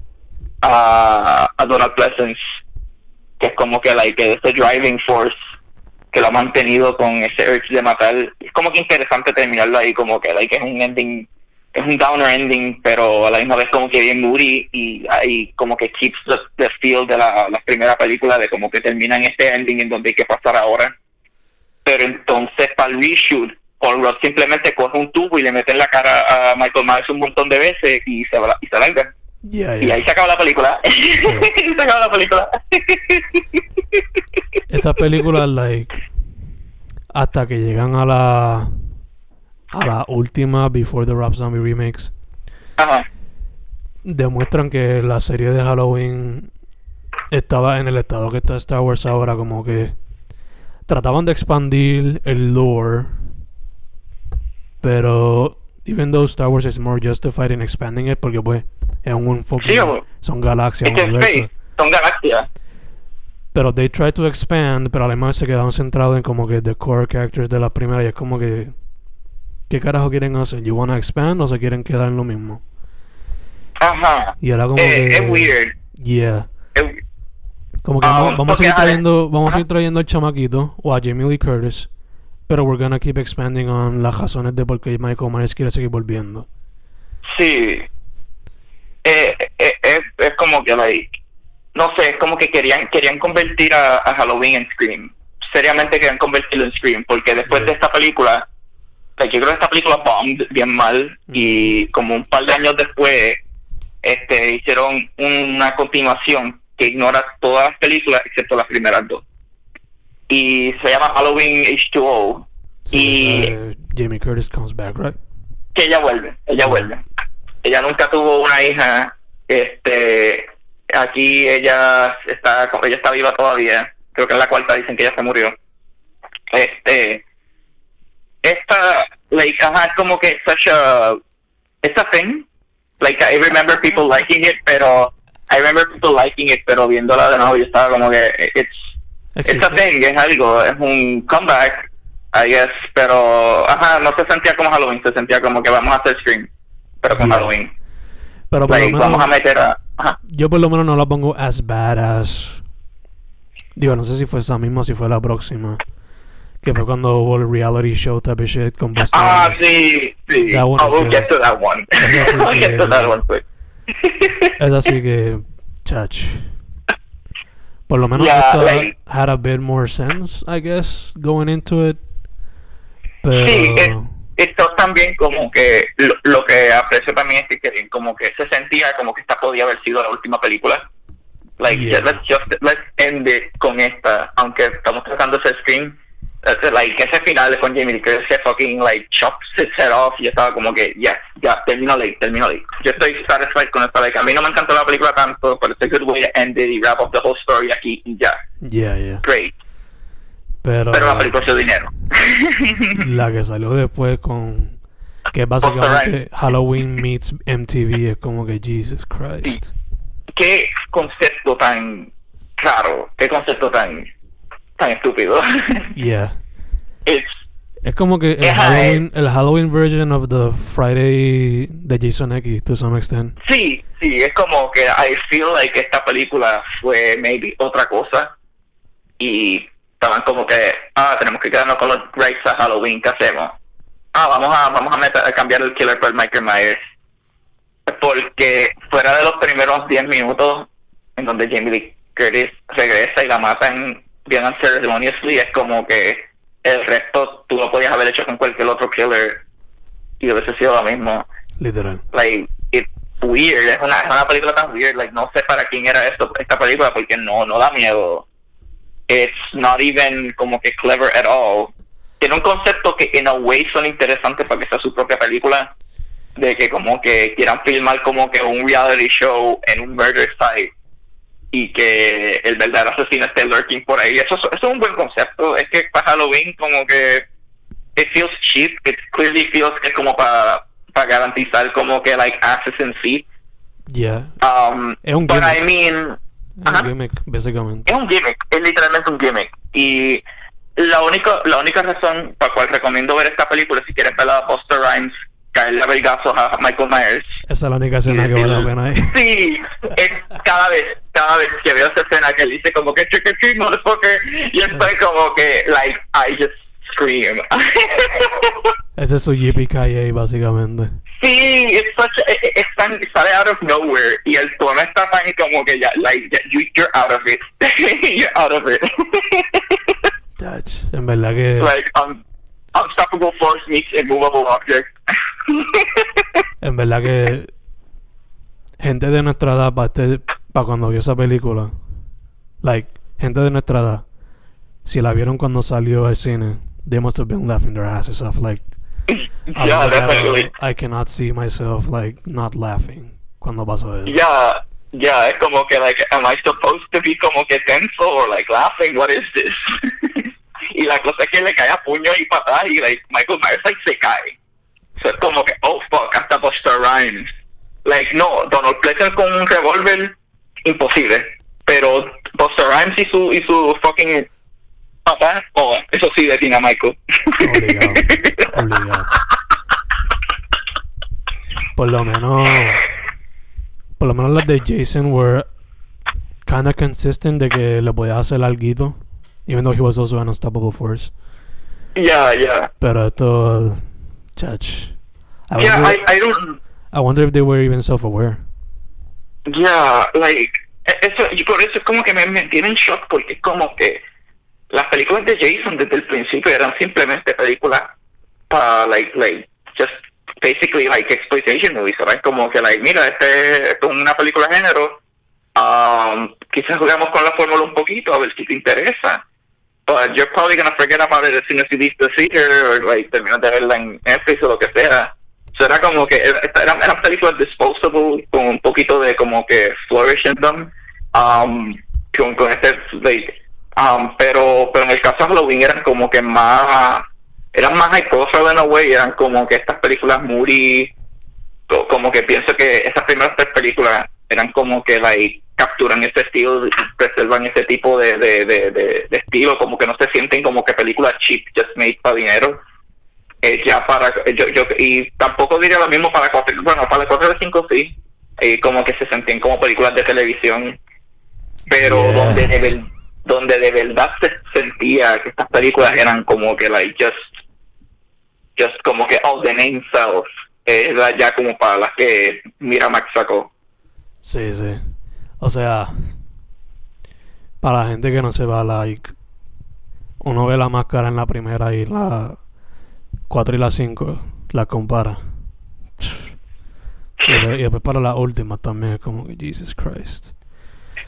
Donald Pleasence, que es como que like ese driving force que lo ha mantenido con ese urge de matar. Es como que interesante terminarlo ahí, como que like es un ending, es un downer ending, pero a la misma vez como que bien moody, y ahí como que keeps the feel de la primera película, de como que termina en este ending en donde hay que pasar ahora. Pero entonces para el reshoot, Paul Rudd simplemente coge un tubo y le mete en la cara a Michael Myers un montón de veces y se larga. Y ahí se acaba la película. Se acaba la película. Estas películas, like, hasta que llegan a la última Before the Rob Zombie remakes, Ajá. demuestran que la serie de Halloween estaba en el estado que está Star Wars ahora, como que trataban de expandir el lore, pero even though Star Wars is more justified in expanding it, porque pues es un fucking, son galaxias, son galaxias. Pero they try to expand, pero además se quedaron centrados en como que the core characters de la primera, y es como que ¿qué carajo quieren hacer? ¿You wanna expand o se quieren quedar en lo mismo? Ajá. Y era como que es weird. Yeah. Como que vamos a seguir trayendo al chamaquito o a Jamie Lee Curtis, pero we're gonna keep expanding on las razones de por qué Michael Myers quiere seguir volviendo. Sí. Es como que like, no sé, es como que querían convertir a Halloween en Scream. Seriamente querían convertirlo en Scream, porque después de esta película, like, yo creo que esta película bombed bien mal, y como un par de años después hicieron una continuación que ignora todas las películas excepto las primeras dos, y se llama Halloween H2O. Sí, y Jamie Curtis comes back, right? Que ella vuelve. Ella nunca tuvo una hija. Aquí ella está viva todavía. Creo que en la cuarta dicen que ella se murió. Esta, like, es como que it's a thing. Like, I remember people liking it, pero viéndola de nuevo yo estaba como que it's a thing, es algo, es un comeback, I guess, pero no se sentía como Halloween, se sentía como que vamos a hacer Scream, pero con Halloween. Pero por like, lo menos, vamos a meter yo por lo menos no la pongo as bad as, digo, no sé si fue esa misma o si fue la próxima, que fue cuando hubo el reality show type of shit con Buster. Sí. We'll get to that one. We'll get to that one quick. Es así que, chach. Por lo menos esto had a bit more sense, I guess, going into it. Pero sí, esto también como que lo que aprecio también es que como que se sentía como que esta podía haber sido la última película, Like, Yeah. let's end it con esta, aunque estamos tratando ese screen. Like, ese final con Jamie Lee Curtis que fucking, like, chops his head off, y yo estaba como que, ya, termino late. Yo estoy satisfied con esta, like, a mí no me encantó la película tanto, pero it's a good way to end it y wrap up the whole story aquí, y ya. Yeah. Great. Pero la película es dinero. la que salió después con... que básicamente Halloween meets MTV, es como que Jesus Christ. Qué concepto tan raro, qué concepto tan estúpido. Yeah. Es como que el Halloween version of the Friday de Jason X, to some extent. Sí, es como que I feel like esta película fue maybe otra cosa y estaban como que, tenemos que quedarnos con los rights a Halloween, ¿qué hacemos? Vamos a cambiar el killer por Michael Myers. Porque fuera de los primeros 10 minutos en donde Jamie Lee Curtis regresa y la matan bien unceremoniously, es como que el resto tú lo podías haber hecho con cualquier otro killer y hubiese sido lo mismo. Literal. Like, it's weird, es una película tan weird, like, no sé para quién era esta película porque no da miedo. It's not even como que clever at all. Tiene un concepto que in a way son interesantes para que sea su propia película, de que como que quieran filmar como que un reality show en un murder site y que el verdadero asesino esté lurking por ahí. Eso es un buen concepto. Es que para Halloween como que it feels cheap, it clearly feels que es como para garantizar como que like assassin seat. Yeah. Es un but gimmick. I mean, es un gimmick, básicamente. Es un gimmick, es literalmente un gimmick. Y la única razón por la cual recomiendo ver esta película, si quieres ver a Busta Rhymes caerle a vergazos a Michael Myers. Esa es la única escena que vale la pena ahí. Sí, es cada vez que veo esa escena que él dice como que trick or treat, motherfucker, y estoy como que, like, I just scream. Ese es su yippee-ki-yay, básicamente. Sí, sale out of nowhere y el tono está tan como que ya, like, you're out of it. You're out of it. Touch. En verdad que... Like, unstoppable force meets immovable object. En verdad que gente de nuestra edad para cuando vio esa película, like, gente de nuestra edad, si la vieron cuando salió al cine, they must have been laughing their asses off, like, Yeah, definitely. I cannot see myself, like, not laughing cuando pasó eso. Yeah, es como que, like, am I supposed to be como que tenso or, like, laughing? What is this? Y la cosa es que le cae a puño y patada y, like, Michael Myers, like, se cae. So, es como que, oh, fuck, hasta Busta Rhymes. Like, no, Donald Pleasant con un revólver, imposible. Pero Busta Rhymes y su fucking papá, eso sí detiene a Michael. Obligado. Por lo menos las de Jason were kind of consistent de que le podía hacer alguito, even though he was also an unstoppable force. Yeah. Pero esto, chach. I wonder if they were even self-aware. Yeah, like, y por eso es como que me tienen shock, porque es como que las películas de Jason desde el principio eran simplemente películas para, like, just basically, like, exploitation movies, ¿verdad? Como que, like, mira, esto es una película de género, quizás jugamos con la fórmula un poquito, a ver si te interesa, but you're probably gonna forget about it as soon as you leave the theater, or, like, terminas de verla en Netflix o lo que sea. So era como que eran películas disposable con un poquito de como que flourish in them, con este, like, pero en el caso de Halloween eran como que más high profile in a way, eran como que estas películas moody, como que pienso que estas primeras 3 películas eran como que, like, capturan ese estilo y preservan ese tipo de estilo, como que no se sienten como que películas cheap just made para dinero. Ya para yo y tampoco diría lo mismo para 4, bueno, para 4 de 5 sí, como que se sentían como películas de televisión, pero Yes. donde de verdad se sentía que estas películas eran como que, like, just como que the name sells, era ya como para las que Miramax sacó. Sí. O sea, para la gente que no se va, like, uno ve la máscara en la primera y la 4 y la 5 la compara. Y después para la última también es como que Jesus Christ.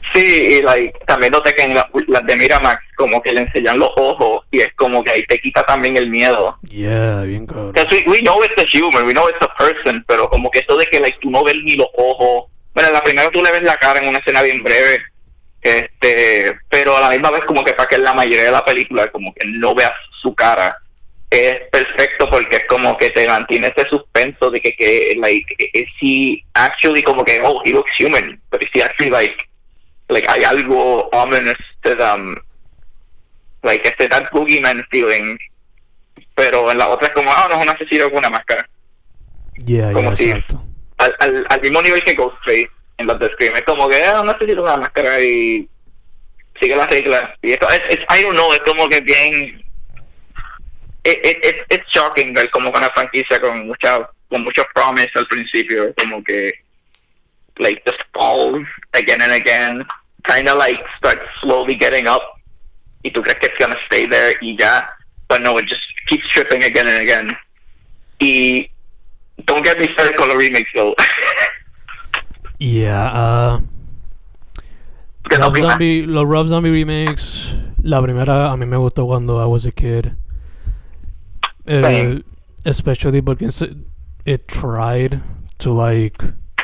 Sí, y like, también noté que en las de Miramax como que le enseñan los ojos y es como que ahí te quita también el miedo. Yeah, bien cabrón. Because we know it's a human, we know it's a person, pero como que eso de que like, tú no ves ni los ojos. Bueno, en la primera tú le ves la cara en una escena bien breve, pero a la misma vez como que para que en la mayoría de la película como que no veas su cara. Es perfecto porque es como que te mantiene ese suspenso de que like, is he actually como que, oh, he looks human, but is he actually like hay algo ominous to them, like that boogeyman feeling, pero en la otra es como, no es un asesino con una máscara. Yeah, como si exacto. al mismo nivel que Ghostface en las de Scream, es como que no necesito una máscara y sigue las reglas. Y esto I don't know, es como que bien it's shocking ver como con una franquicia con mucho promise al principio, como que like just falls again and again, kind of like starts slowly getting up y tú crees que it's gonna stay there y ya, but no, it just keeps tripping again and again. Y don't get me started con los remakes though. Yeah, los Rob Zombie remakes, la primera a mí me gustó cuando I was a kid, especially porque it tried to like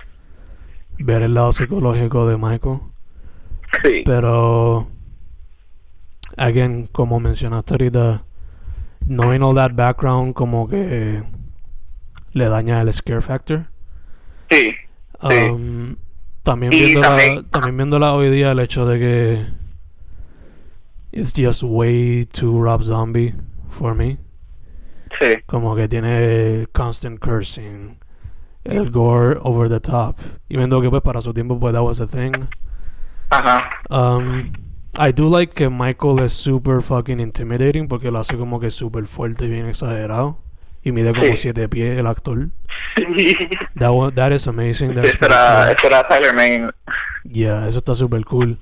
ver el lado psicológico de Michael. Sí. Pero again, como mencionaste ahorita, knowing all that background como que le daña el scare factor. Sí. También viéndola hoy día, el hecho de que it's just way too Rob Zombie for me. Sí. Como que tiene constant cursing, el gore over the top, y viendo que pues para su tiempo pues that was a thing. Ajá. I do like que Michael es super fucking intimidating porque lo hace como que super fuerte y bien exagerado, y mide como 7 pies el actor. That is amazing. Eso era Tyler Mane. Yeah, eso está super cool.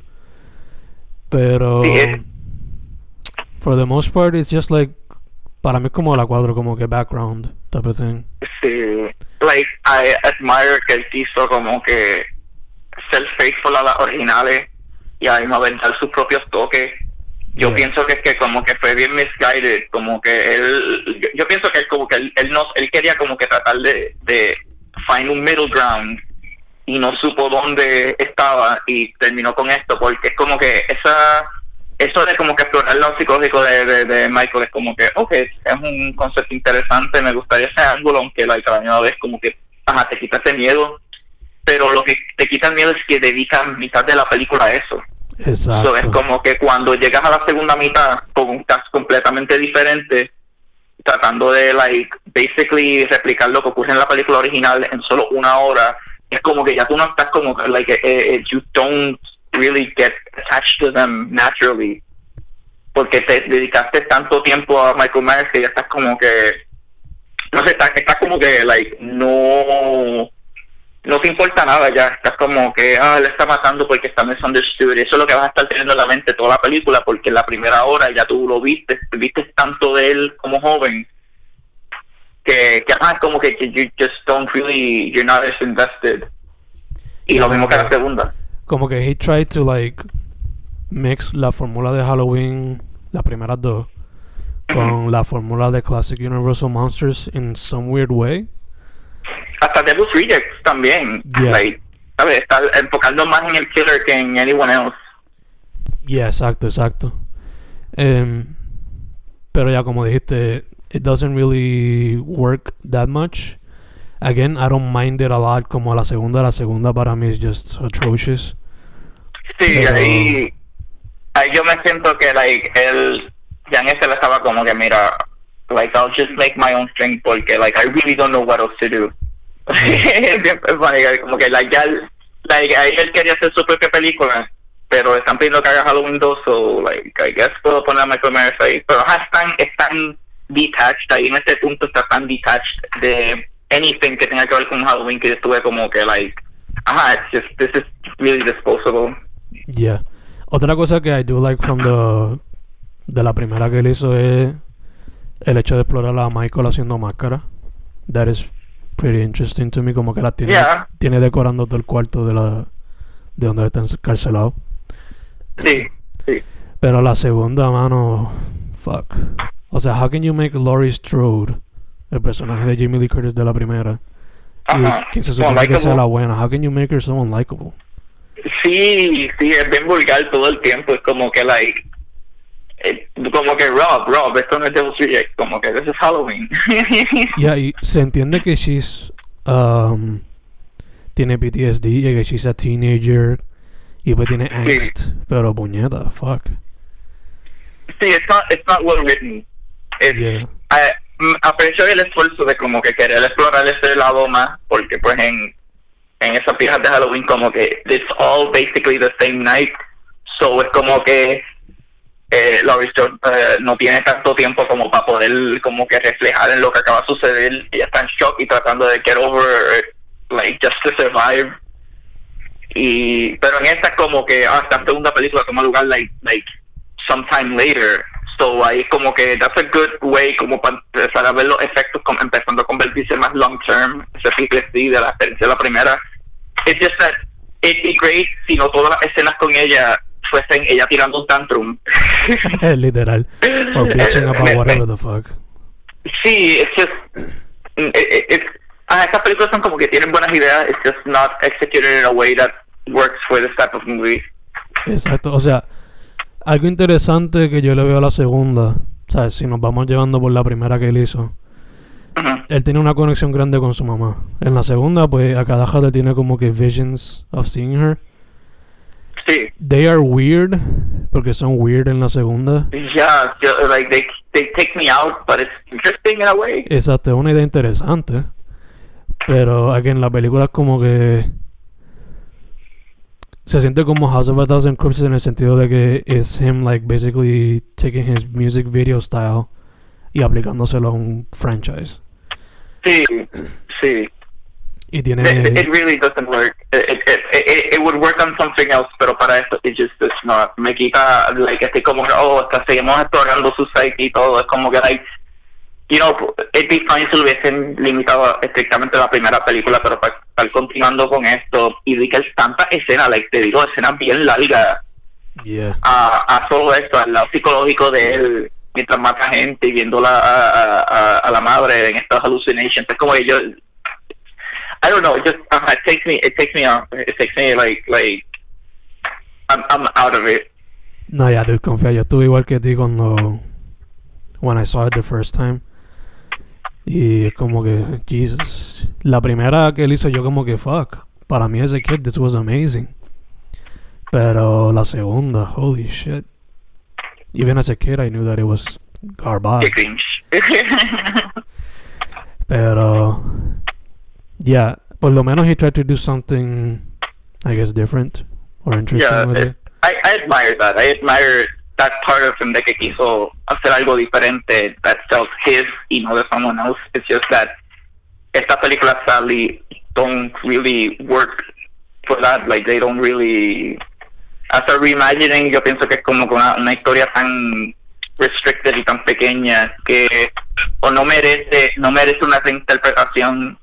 Pero for the most part it's just like, para mí como la cuadro como que background type of thing. Sí, like I admire que él quiso como que ser faithful a las originales y a inventar sus propios toques. Yo pienso que es que como que fue bien misguided, como que yo pienso que como que él quería como que tratar de find un middle ground y no supo dónde estaba y terminó con esto, porque es como que eso de como que explorar lo psicológico de Michael es como que, okay, es un concepto interesante, me gustaría ese ángulo, aunque a la misma vez como que, te quita ese miedo, pero lo que te quita el miedo es que dedican mitad de la película a eso. Exacto. So, es como que cuando llegas a la segunda mitad con un cast completamente diferente, tratando de basically replicar lo que ocurre en la película original en solo 1 hora, es como que ya tú no estás como you don't really get attached to them naturally, porque te dedicaste tanto tiempo a Michael Myers que ya estás como que no sé, estás como que no te importa nada ya, estás como que él está matando porque está misunderstood. Eso es lo que vas a estar teniendo en la mente toda la película, porque en la primera hora ya tú lo viste tanto de él como joven que como que you just don't really, you're not as invested. Y lo mismo que la segunda. Como que he tried to like mix la fórmula de Halloween, las primeras dos, con la fórmula de Classic Universal Monsters in some weird way. Hasta Devil's Rejects también, ¿sabes? Está enfocando más en el killer que en anyone else. Yeah, exacto. Pero ya como dijiste, it doesn't really work that much. Again, I don't mind it a lot. Como la segunda para mí es just atrocious. Sí, pero ahí yo me siento que él ya en ese le estaba como que mira, I'll just make my own thing porque I really don't know what else to do. Como que él quería hacer su propia película, pero están pidiendo que haga Halloween 2, so I guess puedo poner a Michael Myers ahí, pero están detached, ahí en este punto está tan detached de anything que tenga que ver con Halloween que yo estuve como que it's just, this is really disposable. Yeah. Otra cosa que I do like de la primera que él hizo es el hecho de explorar a Michael haciendo máscara. That is pretty interesting to me, como que la tiene decorando todo el cuarto de donde está encarcelado. Sí, sí. Pero la segunda, mano, fuck. O sea, how can you make Laurie Strode, el personaje de Jamie Lee Curtis de la primera, Ajá. y que se Como supone que sea likeable. la buena, how can you make her so unlikable? Sí, sí, es bien vulgar todo el tiempo. Es como que, like, como que Rob, esto no es Devil's Rejects, como que this is Halloween. Yeah, y se entiende que she's tiene PTSD y que she's a teenager y pues tiene angst, pero puñeta, fuck. Sí, it's not well written. Yeah. Aprecio el esfuerzo de como que querer explorar ese lado más, porque pues en esas viejas de Halloween como que it's all basically the same night, so es como que Laurie Strode no tiene tanto tiempo como para poder como que reflejar en lo que acaba de suceder. Ella está en shock y tratando de get over like just to survive, pero en esta como que esta segunda película toma lugar like sometime later, so ahí como que that's a good way como para empezar a ver los efectos empezando a convertirse más long term, ese PTSD de la experiencia de la primera. It's just that it'd be great si no todas las escenas con ella fuesen ella tirando un tantrum. Literal. Or bitching about whatever the fuck. Sí, it's just estas películas son como que tienen buenas ideas, it's just not executed in a way that works for this type of movie. Exacto, o sea, algo interesante que yo le veo a la segunda, ¿sabes? Si nos vamos llevando por la primera que él hizo, él tiene una conexión grande con su mamá. En la segunda, pues a cada rato tiene como que visions of seeing her. Sí. They are weird, porque son weird en la segunda. Yeah, like they take me out, but it's interesting in a way. Exacto, es una idea interesante. Pero aquí en la película es como que se siente como House of a Thousand Corpses en el sentido de que es him like basically taking his music video style y aplicándoselo a un franchise. Sí, sí. Y tiene It really doesn't work. It would work on something else, pero para esto it just does not. Me quita, like, estoy como, hasta seguimos explorando su psyche y todo. Es como que, like, you know, it'd be fine si lo hubiesen limitado estrictamente a la primera película, pero para estar continuando con esto y de que es tanta escena, like, te digo, escenas bien largas. yeah. A solo esto, al lado psicológico de él, mientras mata gente y viéndola a la madre en estas hallucinations. Es como que yo, I don't know, just it takes me like I'm out of it. No, ya, dude, confía, yo estuve igual que ti cuando when I saw it the first time. Y es como que, Jesus. La primera que él hizo yo como que, fuck. Para mí as a kid this was amazing. Pero la segunda, holy shit. Even as a kid I knew that it was garbage. Pero yeah, por lo menos he tried to do something, I guess, different or interesting with it. I admire that. I admire that part of him de que quiso hacer algo diferente that felt his y no de someone else. It's just that esta película sadly don't really work for that. Like they don't really. Hasta reimagining yo pienso que es como una historia tan restricted y tan pequeña que o no merece una reinterpretación.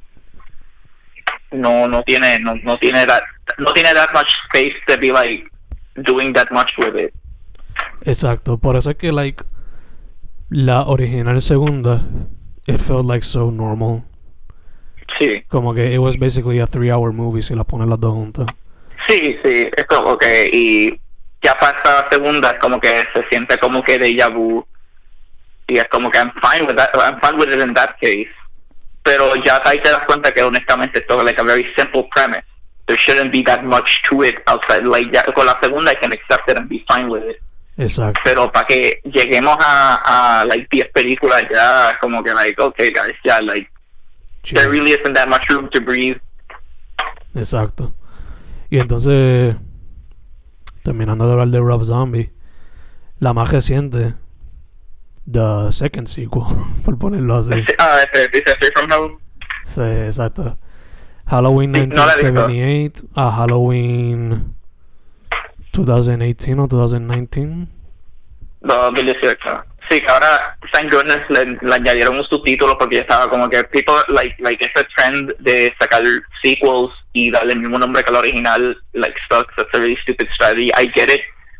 No tiene that much space to be like doing that much with it. Exacto, por eso es que like la original segunda it felt like so normal. Sí. Como que it was basically a 3-hour movie si las pones las dos juntas. Sí, es como que y ya para esta segunda es como que se siente como que déjà vu y es como que I'm fine with it in that case. Pero ya ahí te das cuenta que honestamente esto es like a very simple premise. There shouldn't be that much to it outside. Like ya, con la segunda I can accept it and be fine with it. Exacto. Pero para que lleguemos a like 10 películas ya como que like okay guys, ya like Chill. there really isn't that much room to breathe. Exacto. Y entonces, terminando de hablar de Rob Zombie, la más reciente, the second sequel, por ponerlo así. Dice Free From Home. Sí, exacto. Halloween Sí, no la he visto. 1978 a Halloween 2018 o 2019. 2018. Sí, que ahora, thank goodness, le añadieron un subtítulo porque ya estaba como que people, like ese trend de sacar sequels y darle el mismo nombre que el original, like sucks, that's a really stupid strategy. I get it,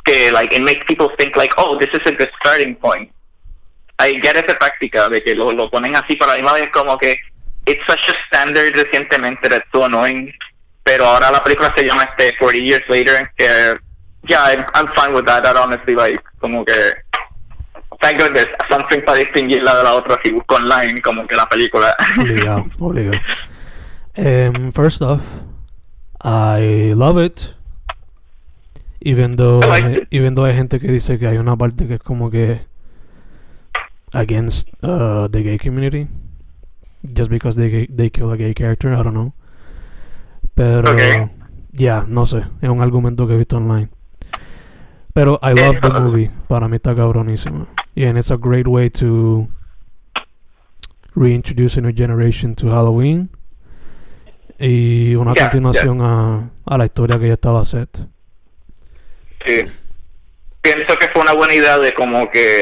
que like it makes people think like, oh, this is a good starting point. I get esa práctica de que lo ponen así, pero a la misma vez como que it's such a standard recientemente that's so annoying. Pero ahora la película se llama 40 Years Later, que yeah, I'm fine with that. That honestly, like, como que thank goodness, something para distinguirla de la otra si busco online, como que la película. Obligado. First off, I love it. Even though hay gente que dice que hay una parte que es como que against the gay community, just because they kill a gay character, I don't know. Pero yeah, no sé, es un argumento que he visto online. Pero I love the movie. Para mí está cabronísimo. Yeah, and it's a great way to reintroduce a new generation to Halloween. Y una continuación a la historia que ya estaba set. Sí. Pienso que fue una buena idea de como que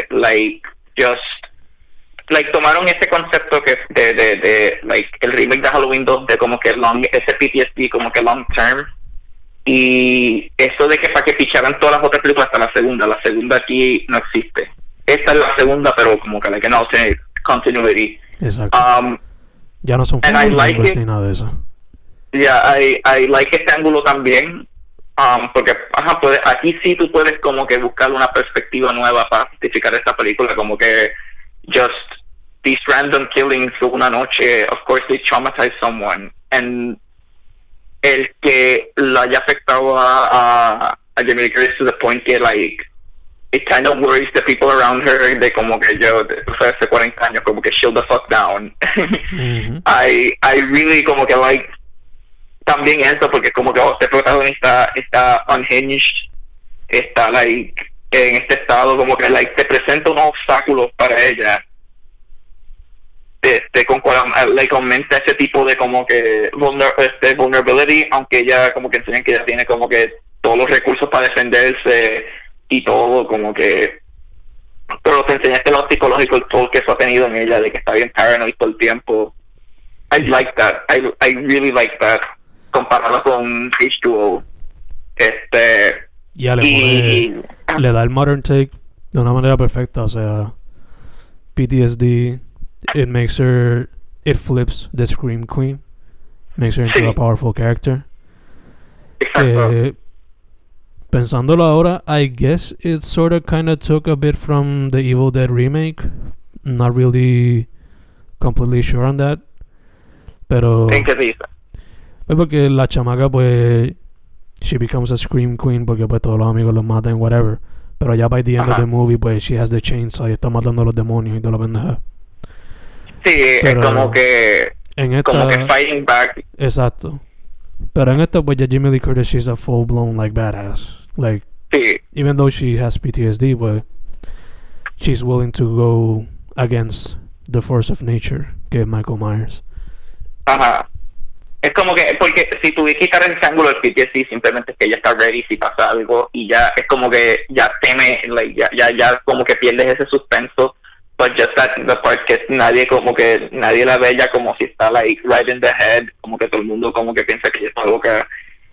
tomaron ese concepto que de el remake de Halloween 2 de como que ese PTSD como que long term, y eso de que para que ficharan todas las otras películas hasta la segunda aquí no existe. Esta es la segunda, pero como que no sé, continuity. Exacto. Ya no son family ni nada de eso. Yeah, I like este ángulo también. Porque aquí sí tú puedes como que buscar una perspectiva nueva para justificar esta película, como que just these random killings una noche, of course they traumatize someone, and el que lo haya afectado a Jamie Lee Curtis to the point que like it kind of worries the people around her, de como que yo fue hace 40 años, como que chill the fuck down. Mm-hmm. I really como que like también eso, porque como que este protagonista está unhinged, está like en este estado como que like te presenta unos obstáculos para ella, con cual like aumenta ese tipo de como que vulnerability, aunque ella como que enseñan que ella tiene como que todos los recursos para defenderse y todo, como que, pero te enseña este lado psicológico, el toll que eso ha tenido en ella, de que está bien paranoid todo el tiempo. I like that. I really like that. Comparado con H2O. Ya le da el modern take de una manera perfecta, o sea, PTSD, it flips the Scream Queen, makes her into a powerful character. Exacto. Pensándolo ahora, I guess it sort of kind of took a bit from the Evil Dead remake. Not really completely sure on that. Pero ¿En qué dice? Pues porque la chamaca pues she becomes a Scream Queen porque pues todos los amigos los matan, whatever. Pero ya by the end of the movie pues she has the chainsaw y está matando a los demonios y toda la pendeja. Sí, pero es como que como que fighting back. Exacto. Pero en esta pues ya Jamie Lee Curtis, she's a full blown like badass. Like sí. Even though she has PTSD, but she's willing to go against the force of nature, que es Michael Myers. Ajá. Es como que, porque si tú quitar el ángulo del PTSD, simplemente es que ella está ready si pasa algo, y ya es como que ya teme, like, ya como que pierdes ese suspenso, but just that the part que nadie la ve ya como si está like right in the head, como que todo el mundo como que piensa que ella está loca,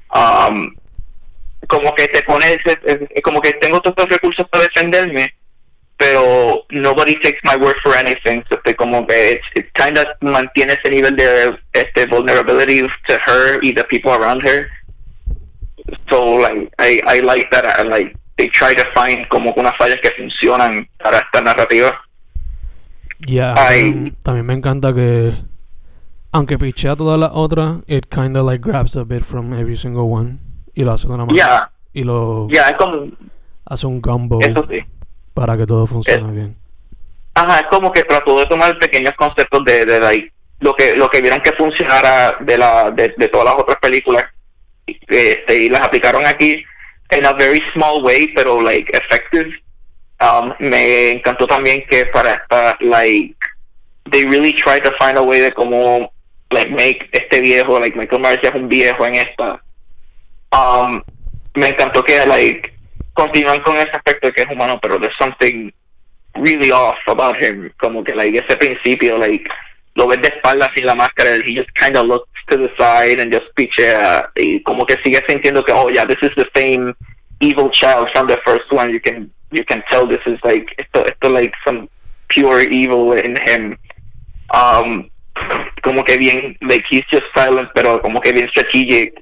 como que te pone como que tengo todos los recursos para defenderme, pero nobody takes my word for anything, so como que it kind of mantiene ese nivel de vulnerability to her y the people around her. So like I like that, like they try to find como unas fallas que funcionan para esta narrativa. Yeah, también me encanta que aunque pichea todas las otras, it kind of like grabs a bit from every single one y lo hace de una manera y lo es como hace un combo. Eso sí. Para que todo funcione bien. Ajá, es como que trató de tomar pequeños conceptos de like, lo que vieron que funcionara de todas las otras películas, y las aplicaron aquí en a very small way, pero like effective. Me encantó también que para esta like they really tried to find a way de como like make este viejo, like Michael Myers es un viejo en esta. Me encantó que like continúan con ese aspecto de que es humano, pero there's something really off about him, como que like ese principio, like lo ves de espaldas sin la máscara, he just kind of looks to the side and just pichea, y como que sigue sintiendo que oh yeah, this is the same evil child from the first one. You can tell this is like esto like some pure evil in him. Como que bien, like he's just silent, pero como que bien strategic.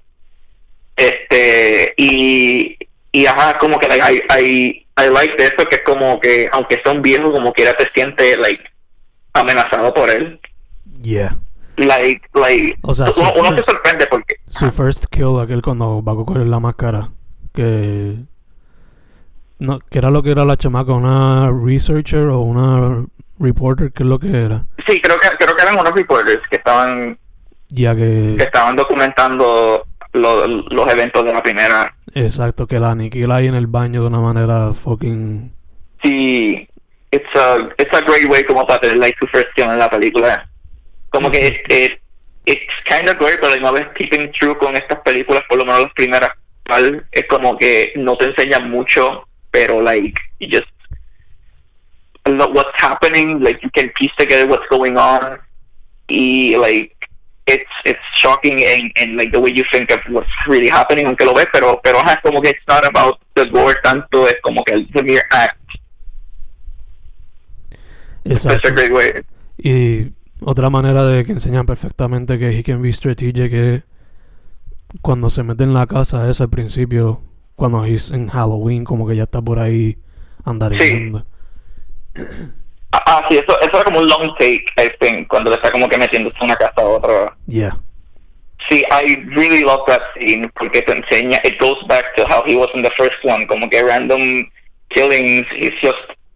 Y ajá, como que like I like de eso, que es como que aunque son viejos, como quiera te sientes like amenazado por él. Yeah. Like o sea, uno se sorprende porque su first kill, aquel cuando va a coger la máscara, que no, que era lo que era la chamaca, una researcher o una reporter, ¿qué es lo que era? Sí, creo que eran unos reporters que estaban que estaban documentando los eventos de la primera. Exacto, que la aniquila ahí en el baño de una manera fucking... Sí, it's a great way como para tener like su first kill en la película. Como que it's kind of great, pero a la misma vez keeping true con estas películas, por lo menos las primeras, es como que no te enseñan mucho, pero like you just what's happening, like you can piece together what's going on, y like it's shocking and like the way you think of what's really happening, aunque lo ves, pero es como que it's not about the gore tanto, es como que the mere act. Exacto. It's a great way. Y otra manera de que enseñan perfectamente que he can be strategic es cuando se mete en la casa esa al principio, cuando he's en Halloween, como que ya está por ahí andariendo. Sí, eso era como un long take, I think, cuando le está como que metiéndose de una casa a otra. Yeah. Sí, I really love that scene porque te enseña, it goes back to how he was in the first one, como que random killings, he's just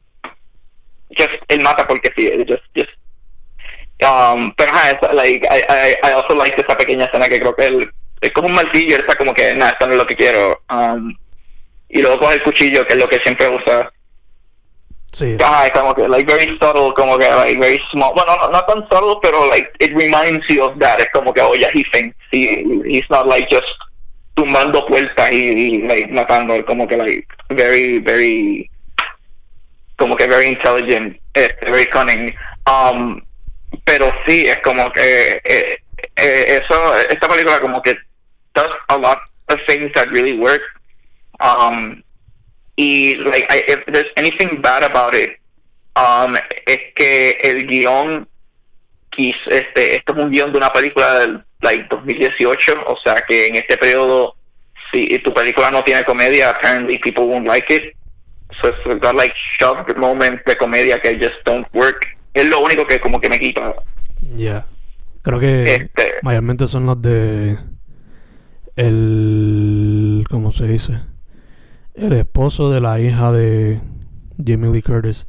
él mata porque sí, just pero like I also like esa pequeña escena que creo que él es como un martillo, él está como que nada, esto no es lo que quiero, y luego coge el cuchillo, que es lo que siempre usa. Sí. Es como que like very subtle, como que like very small, bueno, no tan subtle, pero like it reminds you of that. Es como que yeah, he thinks, he's not like just tumbando puertas y like matando, como que like very como que very intelligent, very cunning. Pero sí, es como que esta película como que does a lot of things that really work. Y like if there's anything bad about it, es que el guión este es un guión de una película del like 2018, o sea que en este periodo, si tu película no tiene comedia, apparently people won't like it. So it's got like shoved moments de comedia que just don't work. Es lo único que como que me quita. Yeah. Creo que mayormente son los de ¿cómo se dice? El esposo de la hija de Jamie Lee Curtis.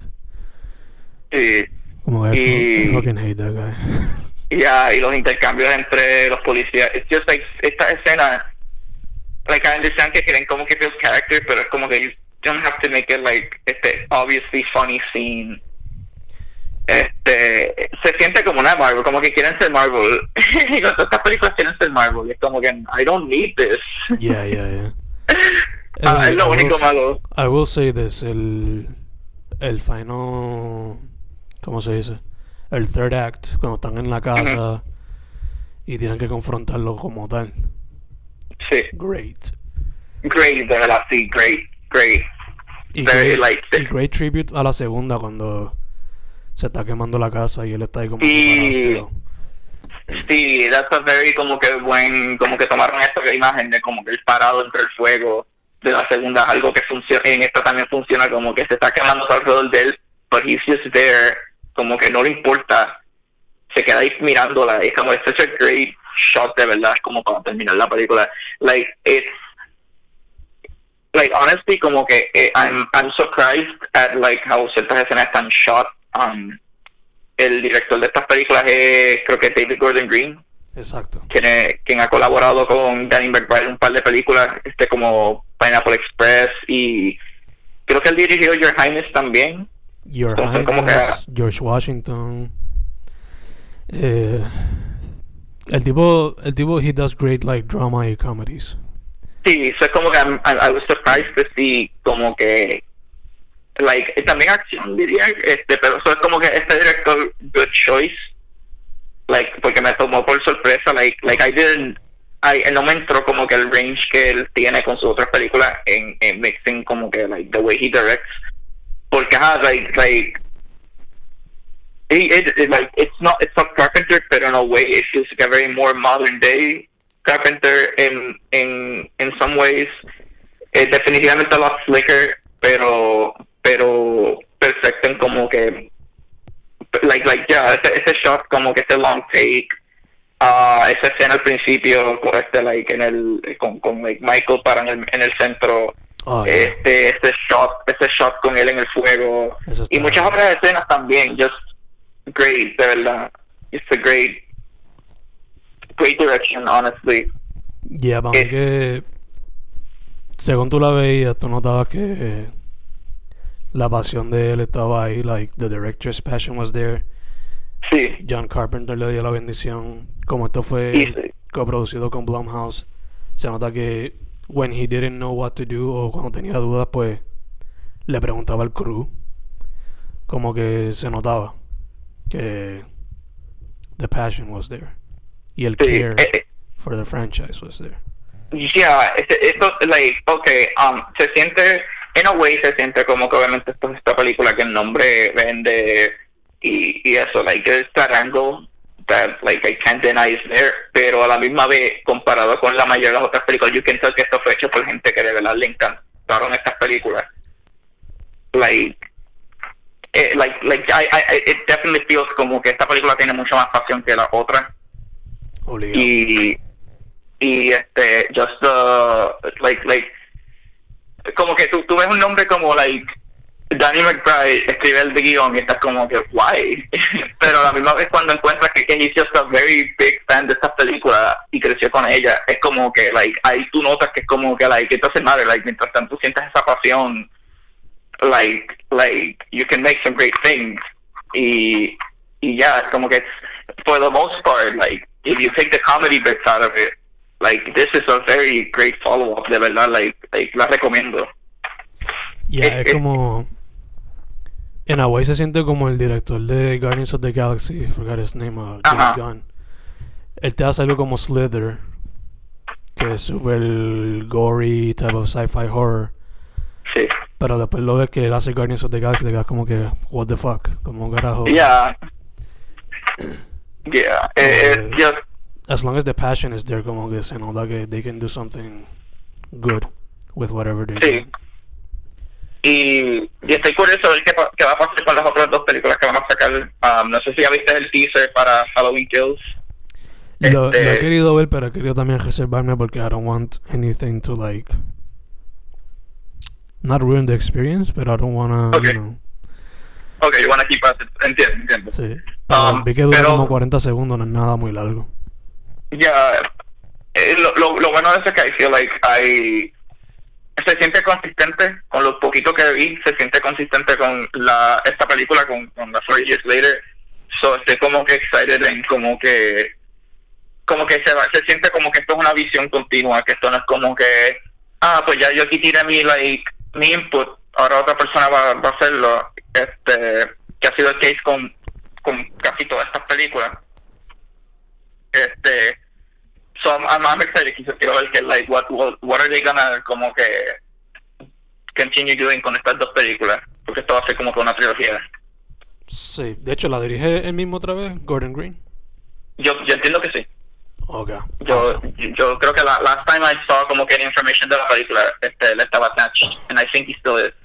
Como que I fucking hate that guy. Y los intercambios entre los policías. It's just like esta escena, like I understand que quieren como que build character, pero es como que you don't have to make it like obviously funny scene. Se siente como una Marvel, como que quieren ser Marvel. Y todas estas películas quieren ser Marvel. Es como que I don't need this. Yeah. Es lo único malo. I will say this, el final, ¿cómo se dice? El third act, cuando están en la casa y tienen que confrontarlo como tal. Sí. Great, de verdad, sí, great. Y great tribute a la segunda cuando se está quemando la casa y él está ahí como Sí, that's a very como que como que tomaron esta imagen de como que el parado entre el fuego de la segunda, algo que funciona, en esta también funciona, como que se está quemando alrededor de él, but he's just there, como que no le importa, se queda ahí mirándola, es como, it's such a great shot de verdad, como para terminar la película, like, it's, like, honestly, como que I'm surprised at, like, how ciertas escenas están shot. El director de estas películas es, creo que David Gordon Green. Exacto. Quien ha colaborado con Danny McBride en un par de películas, como Pineapple Express, y creo que él dirigió Your Highness también. Entonces, como que George Washington. El tipo, he does great like drama y comedies. Sí, eso es como que I was surprised to see como que like también acción diría, pero eso es como que este director good choice, like porque me tomó por sorpresa, like I didn't no me entró como que el range que él tiene con sus otras películas en mixing como que like the way he directs, porque like it's not Carpenter, but in a way it feels like a very more modern day Carpenter in some ways. Definitivamente a lot slicker, pero perfecto en como que ese shot como que ese long take, esa escena al principio like con like Michael para en el centro, ese shot con él en el fuego y muchas otras escenas también, just great, de verdad. It's a great direction, honestly. Yeah, para mí que según tú la veías, tú notabas que la pasión de él estaba ahí, like the director's passion was there. Sí. John Carpenter le dio la bendición. Como esto fue coproducido con Blumhouse, se nota que when he didn't know what to do o cuando tenía dudas, pues le preguntaba al crew. Como que se notaba que the passion was there y el care for the franchise was there. Yeah, esto like okay, se siente in a way, se siente como que obviamente esta película que el nombre vende y eso, like it's that angle that like I can't deny is there, pero a la misma vez comparado con la mayoría de las otras películas, you can tell que esto fue hecho por gente que de verdad le encantaron estas películas. Like it definitely feels como que esta película tiene mucha más pasión que la otra. Obligado. Y just like como que tú ves un nombre como like Danny McBride escribe el guión y estás como que why, pero a la misma vez cuando encuentras que he's just a very big fan de esta película y creció con ella, es como que like ahí tú notas que es como que like it doesn't matter, like mientras tanto sientas esa pasión, like you can make some great things y ya, es como que for the most part, like if you take the comedy bits out of it, like this is a very great follow-up, de verdad, like la recomiendo. Yeah, es como en a way se siente como el director de Guardians of the Galaxy, I forgot his name, James Gunn. Él te hace algo como Slither, que es super gory type of sci-fi horror. Sí. Pero después lo ves que él hace Guardians of the Galaxy, te quedas como que what the fuck, como carajo. Yeah. Just as long as the passion is there, como que se nota que they can do something good with whatever they do. Y estoy curioso de ver qué va a pasar con las otras dos películas que van a sacar. No sé si ya viste el teaser para Halloween Kills. Lo he querido ver, pero he querido también reservarme porque I don't want anything to like not ruin the experience, but I don't wanna, okay. You know. Okay, you wanna keep us. Entiendo. Sí. Vi que dura como 40 segundos, no es nada muy largo. Ya, lo bueno de eso es que I feel like se siente consistente con lo poquito que vi, se siente consistente con esta película con la 4 Years Later, so estoy como que excited en como que se siente como que esto es una visión continua, que esto no es como que pues ya yo aquí tiré mi input, ahora otra persona va a hacerlo, que ha sido el case con casi todas estas películas. So I'm excited, quiero ver que like what are they gonna como que continue doing con estas dos películas, porque esto va a ser como que una trilogía. Sí, de hecho la dirige él mismo otra vez, Gordon Green. Yo entiendo que sí. Okay. Yo creo que last time I saw como que la information de la película le estaba attached, and I think he still is.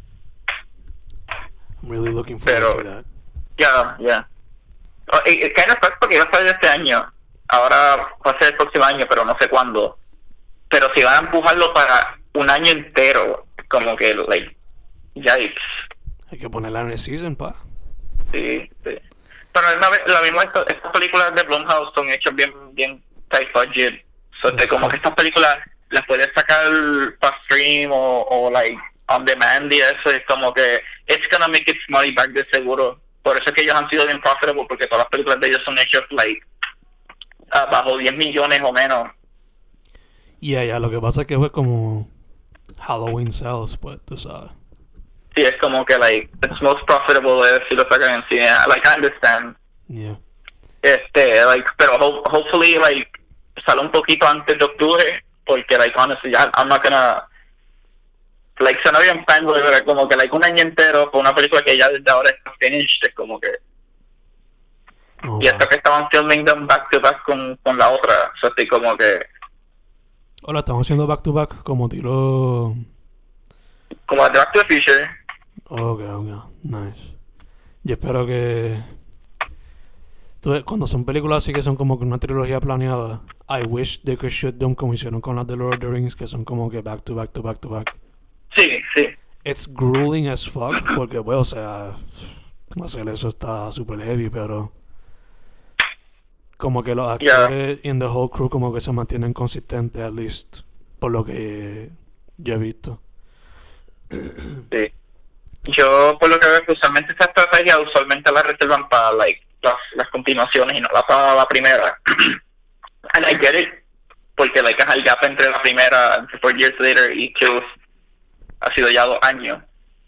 I'm really looking forward to that. Yeah. Kind of sucks porque iba a salir este año. Ahora va a ser el próximo año, pero no sé cuándo. Pero si van a empujarlo para un año entero, como que, like, yikes. Hay que ponerla en el season, pa. Sí. Pero la misma estas películas de Blumhouse son hechas bien tight budget. So, como que estas películas las puedes sacar para stream o like on demand y eso, es como que it's gonna make its money back de seguro. Por eso es que ellos han sido bien profitable, porque todas las películas de ellos son hechas like bajo 10 millones o menos. Ya, lo que pasa es que fue como Halloween sales, pues, tú sabes. Sí, es como que, like, it's most profitable si lo sacan en cine. Like, I understand. Yeah. Like, pero hopefully, like, sale un poquito antes de octubre, porque, like, honestly, I'm not gonna, like, suena bien fanboy, pero como que, like, un año entero con una película que ya desde ahora está finished, es como que... Y hasta que estaban filming them back to back con la otra, so estoy como que... Hola, estamos haciendo back to back como tiro... Como de Back to the Future. Ok, nice. Yo espero que... Cuando son películas así que son como que una trilogía planeada, I wish they could shoot them como hicieron con las de Lord of the Rings, que son como que back to back to back to back. Sí. It's grueling as fuck, porque, bueno, o sea, hacer eso está super heavy, pero... Como que los actores in the whole crew como que se mantienen consistentes, at least, por lo que yo he visto. Sí. Yo, por lo que veo, usualmente esta estrategia usualmente la reservan para, like, las continuaciones y no para la primera. And I get it, porque, like, el gap entre la primera, 4 years later, y Kills ha sido ya 2 años.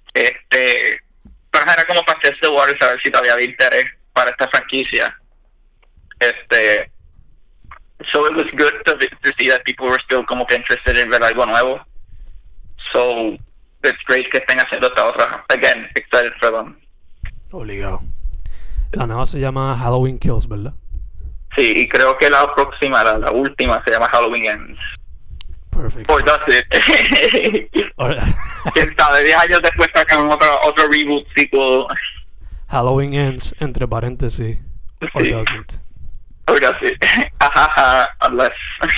Pero era como para hacerse water, saber si todavía había interés para esta franquicia. So it was good to see that people were still como que interested en ver algo nuevo. So it's great que estén haciendo esta otra. Again, excited for them. Obligado. La nueva se llama Halloween Kills, ¿verdad? Sí, y creo que la próxima, la última, se llama Halloween Ends. Perfect. Or does it? Quién sabe, 10 años después sacan otro reboot sequel. Halloween Ends, entre paréntesis. Or does it? Or does it? Ajaja, unless.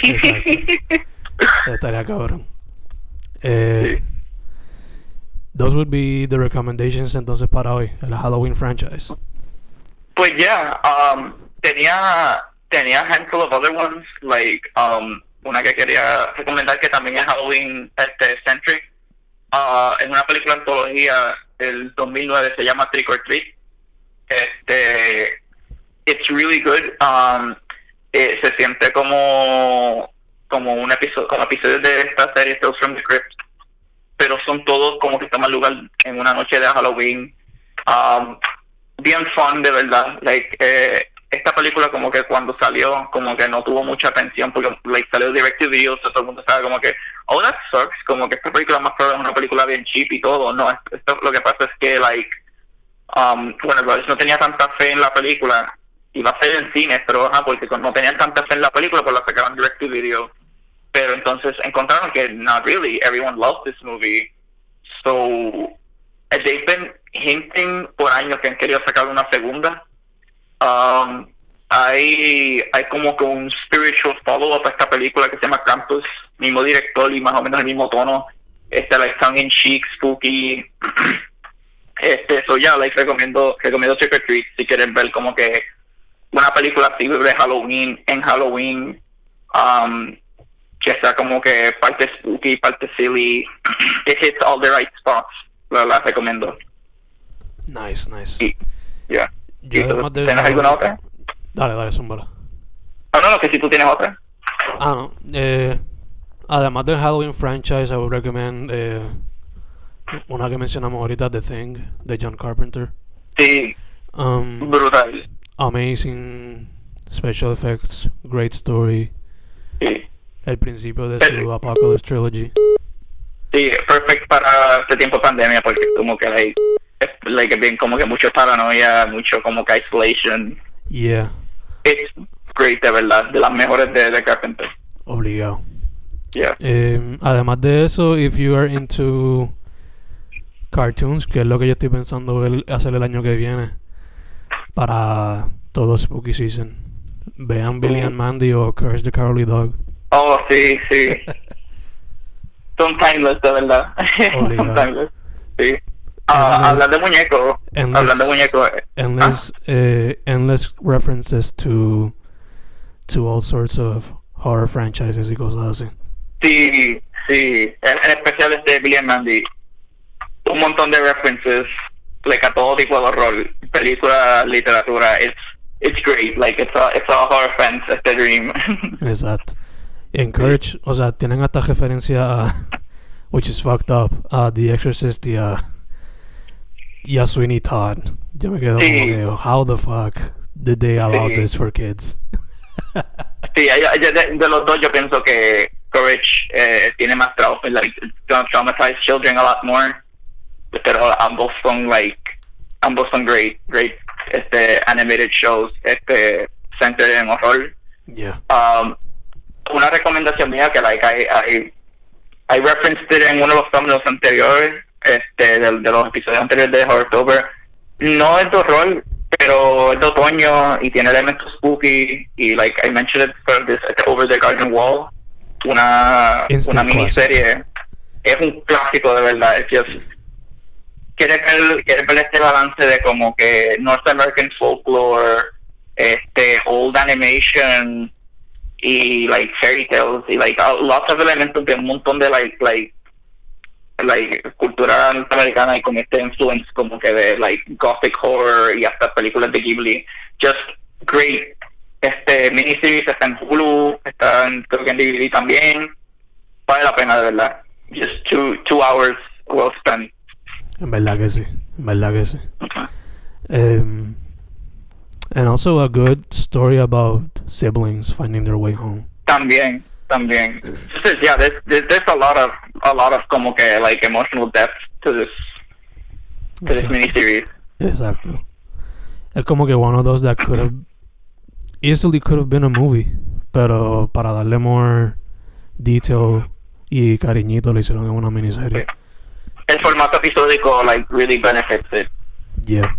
Estaría cabrón. Those would be the recommendations entonces para hoy, el Halloween franchise. Pues tenía a handful of other ones, like una que quería recomendar que también es Halloween centric, en una película antología del 2009 se llama Trick or Treat. It's really good. Se siente como un episodio, como episodios de esta serie Tales from the Crypt, pero son todos como que toman lugar en una noche de Halloween. Bien fun, de verdad. Like, esta película como que cuando salió como que no tuvo mucha atención porque like salió direct to video, so todo el mundo estaba como que oh that sucks, como que esta película más probable es una película bien cheap y todo. No, esto lo que pasa es que like bueno, no tenía tanta fe en la película, iba a ser en cines, pero porque no tenían tanta fe en la película pues la sacaron direct to video, pero entonces encontraron que not really, everyone loved this movie, so they've been hinting por años que han querido sacar una segunda. Hay como que un spiritual follow-up a esta película que se llama Krampus, mismo director y más o menos el mismo tono, like tongue in cheek, spooky. So ya, like recomiendo Trick or Treat si quieren ver como que una película así de Halloween en Halloween, que sea como que parte spooky, parte silly. It hits all the right spots. La recomiendo. Nice. Y, yeah. ¿Tienes alguna otra? Dale, zúmbala. No, que si tú tienes otra. No. Además del Halloween franchise, I would recommend una que mencionamos ahorita, The Thing, de John Carpenter. Sí. Brutal. Amazing special effects, great story. Sí. El principio de su Apocalypse Trilogy. Sí, perfect para este tiempo de pandemia porque como que like bien como que mucho paranoia, mucho como que isolation. Yeah. It's great, de verdad, de las mejores de Carpenter. Obligado. Yeah. Además de eso, if you are into cartoons, que es lo que yo estoy pensando hacer el año que viene para todo Spooky Season, vean Billy and Mandy o Curse the Cowardly Dog. Oh, sí. Son timeless, de verdad. Son timeless. Sí. Hablando de muñecos. Endless references to all sorts of horror franchises y cosas así. Sí. En especial Billy and Mandy. Un montón de references, like a todo tipo de horror, película, literatura. It's great. Like it's a horror fans, it's a dream. Exacto. Encourage, o sea, tienen hasta referencia a, which is fucked up, a The Exorcist y a Sweeney Todd. Yo me quedo como que, how the fuck did they allow this for kids? Sí, de los dos yo pienso que Courage tiene más trabajo, like Traumatized Children a lot more, pero ambos son great animated shows centered en horror. Yeah. Una recomendación mía que I referenced it en uno de los thumbnails anteriores, de los episodios anteriores de Horrortober. No es de horror, pero es de otoño y tiene elementos spooky y like I mentioned it for this Over the Garden Wall, una miniserie. Es un clásico de verdad. Es just quieres ver este balance de como que North American folklore, old animation y like fairy tales y like lots of elementos de un montón de like cultura norteamericana y con influence como que de like gothic horror y hasta películas de Ghibli. Just great. Miniseries está en Hulu, creo que en DVD también. Vale la pena de verdad. Just two hours well spent. En verdad que sí. Okay. And also a good story about siblings finding their way home. También. There's a lot of como que like emotional depth to this miniseries. Exacto. Es como que one of those that could have been a movie, pero para darle more detail y cariñito le hicieron en una miniserie. El formato episódico like really benefits it. Yeah.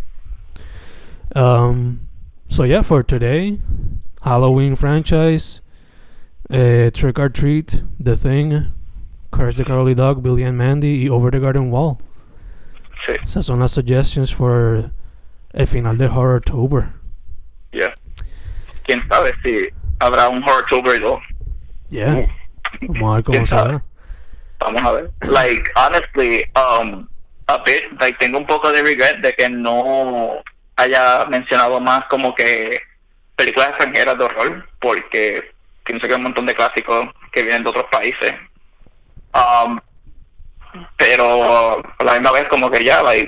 So yeah, for today, Halloween franchise, Trick or Treat, The Thing, Courage the Cowardly Dog, Billy and Mandy y Over the Garden Wall. Sí. Esas son las suggestions for el final de Horrortober. Yeah. Quién sabe si habrá un Horrortober 2. Yeah. Vamos a ver cómo se da. Vamos a ver. Like honestly, a bit like tengo un poco de regret de que no haya mencionado más como que películas extranjeras de horror, porque pienso que hay un montón de clásicos que vienen de otros países. Pero a la misma vez como que ya like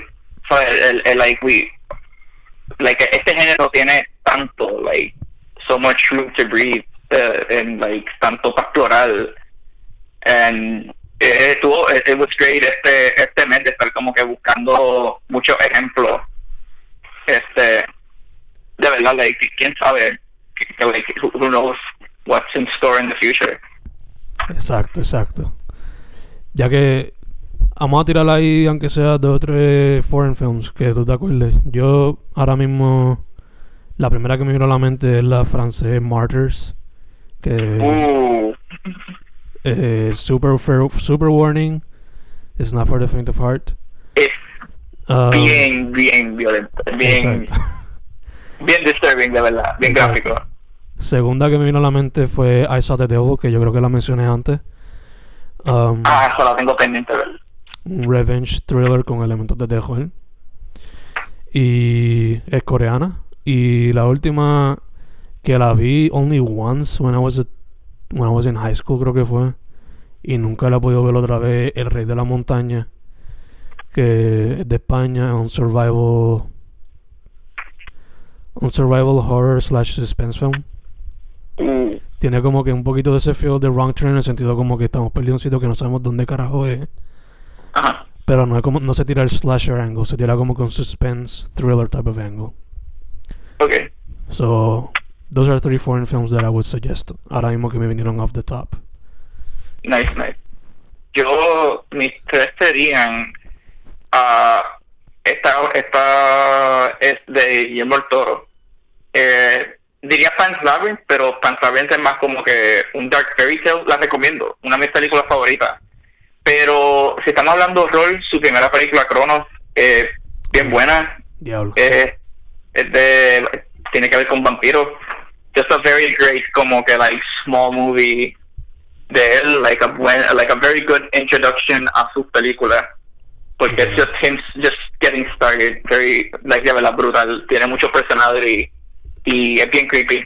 este género tiene tanto like so much room to breathe and like tanto para explorar, and it was great este mes de estar como que buscando muchos ejemplos. De verdad, like quién sabe, like who knows what's in store in the future. Exacto. Ya que vamos a tirar ahí, aunque sea 2 o 3 foreign films que tú te acuerdes. Yo ahora mismo la primera que me vino a la mente es la francesa Martyrs, que super warning, it's not for the faint of heart. Es bien violento, bien disturbing de verdad, bien exacto. gráfico. Segunda que me vino a la mente fue I Saw the Devil, que yo creo que la mencioné antes. Eso la tengo pendiente de ver. Un revenge thriller con elementos de terror. Y es coreana. Y la última que la vi only once when I was in high school, creo que fue. Y nunca la he podido ver otra vez, El Rey de la Montaña, que es de España, un survival horror / suspense film. Tiene como que un poquito de ese feel de Wrong Turn, en el sentido como que estamos perdiendo un sitio que no sabemos dónde carajo es. Ajá. Pero no se tira el slasher angle, se tira como con suspense thriller type of angle. Okay. So those are 3 foreign films that I would suggest. Ahora mismo que me vinieron off the top. Nice. Yo, mis 3 serían esta es de Guillermo del Toro. Diría Pan's Labyrinth, pero Pan's Labyrinth es más como que un dark fairy tale. La recomiendo, una de mis películas favoritas. Pero si estamos hablando de horror, su primera película, Cronos, bien buena. Diablo. Tiene que ver con vampiros. Just a very great como que like small movie de él, like a very good introduction a sus películas, porque it's just him just getting started, very like de verdad brutal, tiene mucho personality y es bien creepy.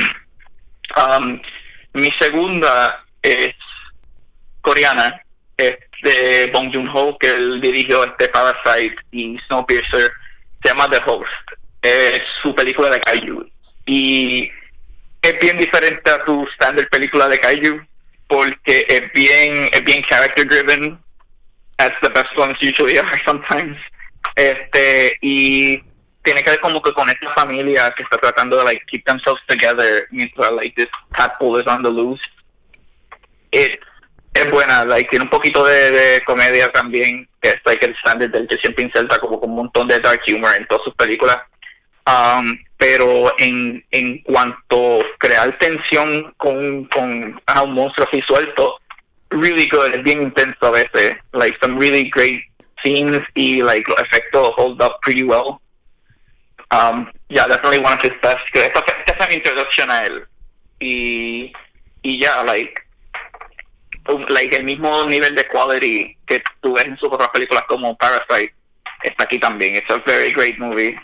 Mi segunda es coreana, es de Bong Joon-ho, que él dirigió Parasite y Snowpiercer. Se llama The Host, es su película de Kaiju, y es bien diferente a tu standard película de kaiju, porque es bien character driven, as the best ones usually are sometimes. Y tiene que ver como que con esta familia que está tratando de like keep themselves together mientras like this tadpole is on the loose. Es buena, like tiene un poquito de comedia también, que es like el standard del que siempre inserta como con un montón de dark humor en todas sus películas. Pero en cuanto a crear tensión con a un monstruo así suelto, really good, es bien intenso a veces, like some really great scenes y like los efectos hold up pretty well. Yeah, definitely one of his best. Esta es mi introducción a él. Y yeah, like el mismo nivel de quality que tú ves en sus otras películas como Parasite está aquí también. It's a very great movie.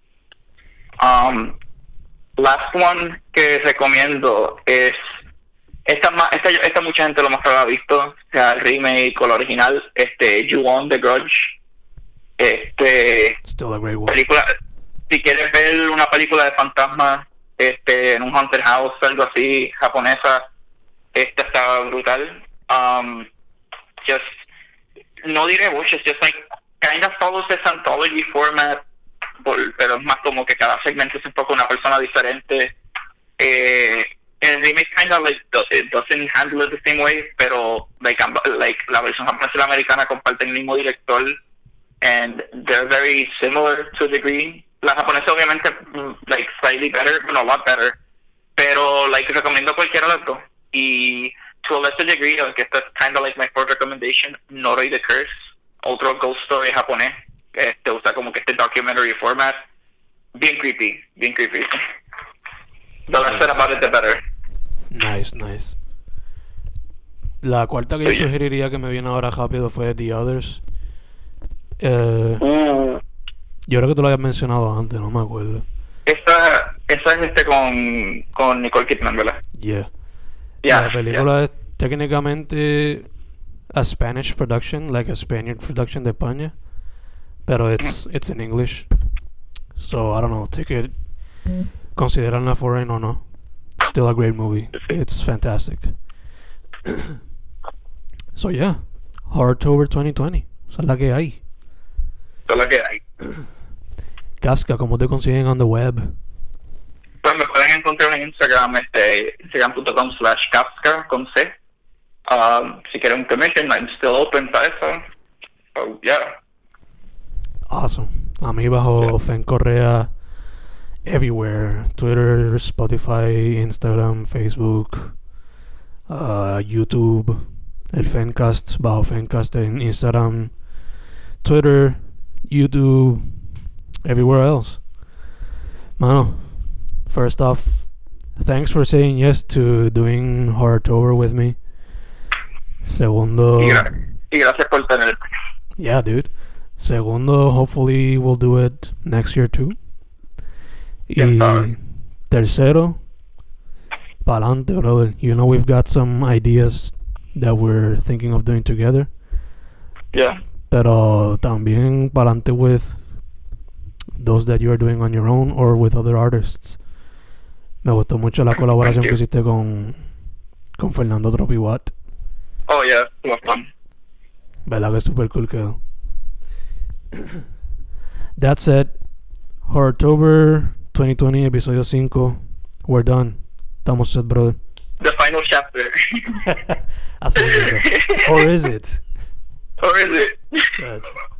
Last one que recomiendo es esta mucha gente lo más que ha visto, o sea, el remake o el original, Ju-On The Grudge. Still a great one. Película, si quieres ver una película de fantasmas en un haunted house, algo así, japonesa, está brutal. Just no diré mucho, just like kind of follows this anthology format, pero es más como que cada segmento es un poco una persona diferente. El remake kind of like it doesn't handle it the same way, pero like la versión japonesa y la americana comparten el mismo director and they're very similar to a degree. La japonesa obviamente like slightly better, no, a lot better, pero like recomiendo cualquiera de las dos. Y to a lesser degree, que esta es kind of like my fourth recommendation, Noroi the Curse, otro ghost story japonés, usa como que documentary format, bien creepy. The less said about it, the better. Nice. La cuarta que yo sugeriría que me viene ahora rápido fue The Others. Yo creo que tú lo habías mencionado antes, no me acuerdo. Esa es con Nicole Kidman, ¿verdad? Yeah. La película es técnicamente a Spanish production, like a Spaniard production de España, pero it's in English. So I don't know, take it, consideranla foreign or no. Still a great movie. It's fantastic. So yeah, Horrortober 2020. Esa es la que hay. Kafka, ¿cómo te consiguen on the web? Pues me pueden encontrar en Instagram, instagram.com/Kafka con C. Si quieren un commission, I'm still open para eso. So yeah. Awesome. A mí bajo Fen Correa everywhere. Twitter, Spotify, Instagram, Facebook, YouTube, el Fencast, bajo Fencast en Instagram, Twitter, YouTube, everywhere else. Mano, first off, thanks for saying yes to doing Horrortober with me. Segundo, y gracias por tenerme. Yeah, dude. Segundo, hopefully we'll do it next year too. Y tercero, pa'lante, brother. You know, we've got some ideas that we're thinking of doing together. Yeah. Pero también pa'lante with those that you are doing on your own or with other artists. Me gustó mucho la colaboración que hiciste con Fernando Tropiwatt. Oh yeah, it was fun. ¿Verdad que es super cool quedó? That said, Horrortober 2020, episodio 5. We're done. Estamos set, brother. The final chapter. Así mismo. Or is it? Or is it?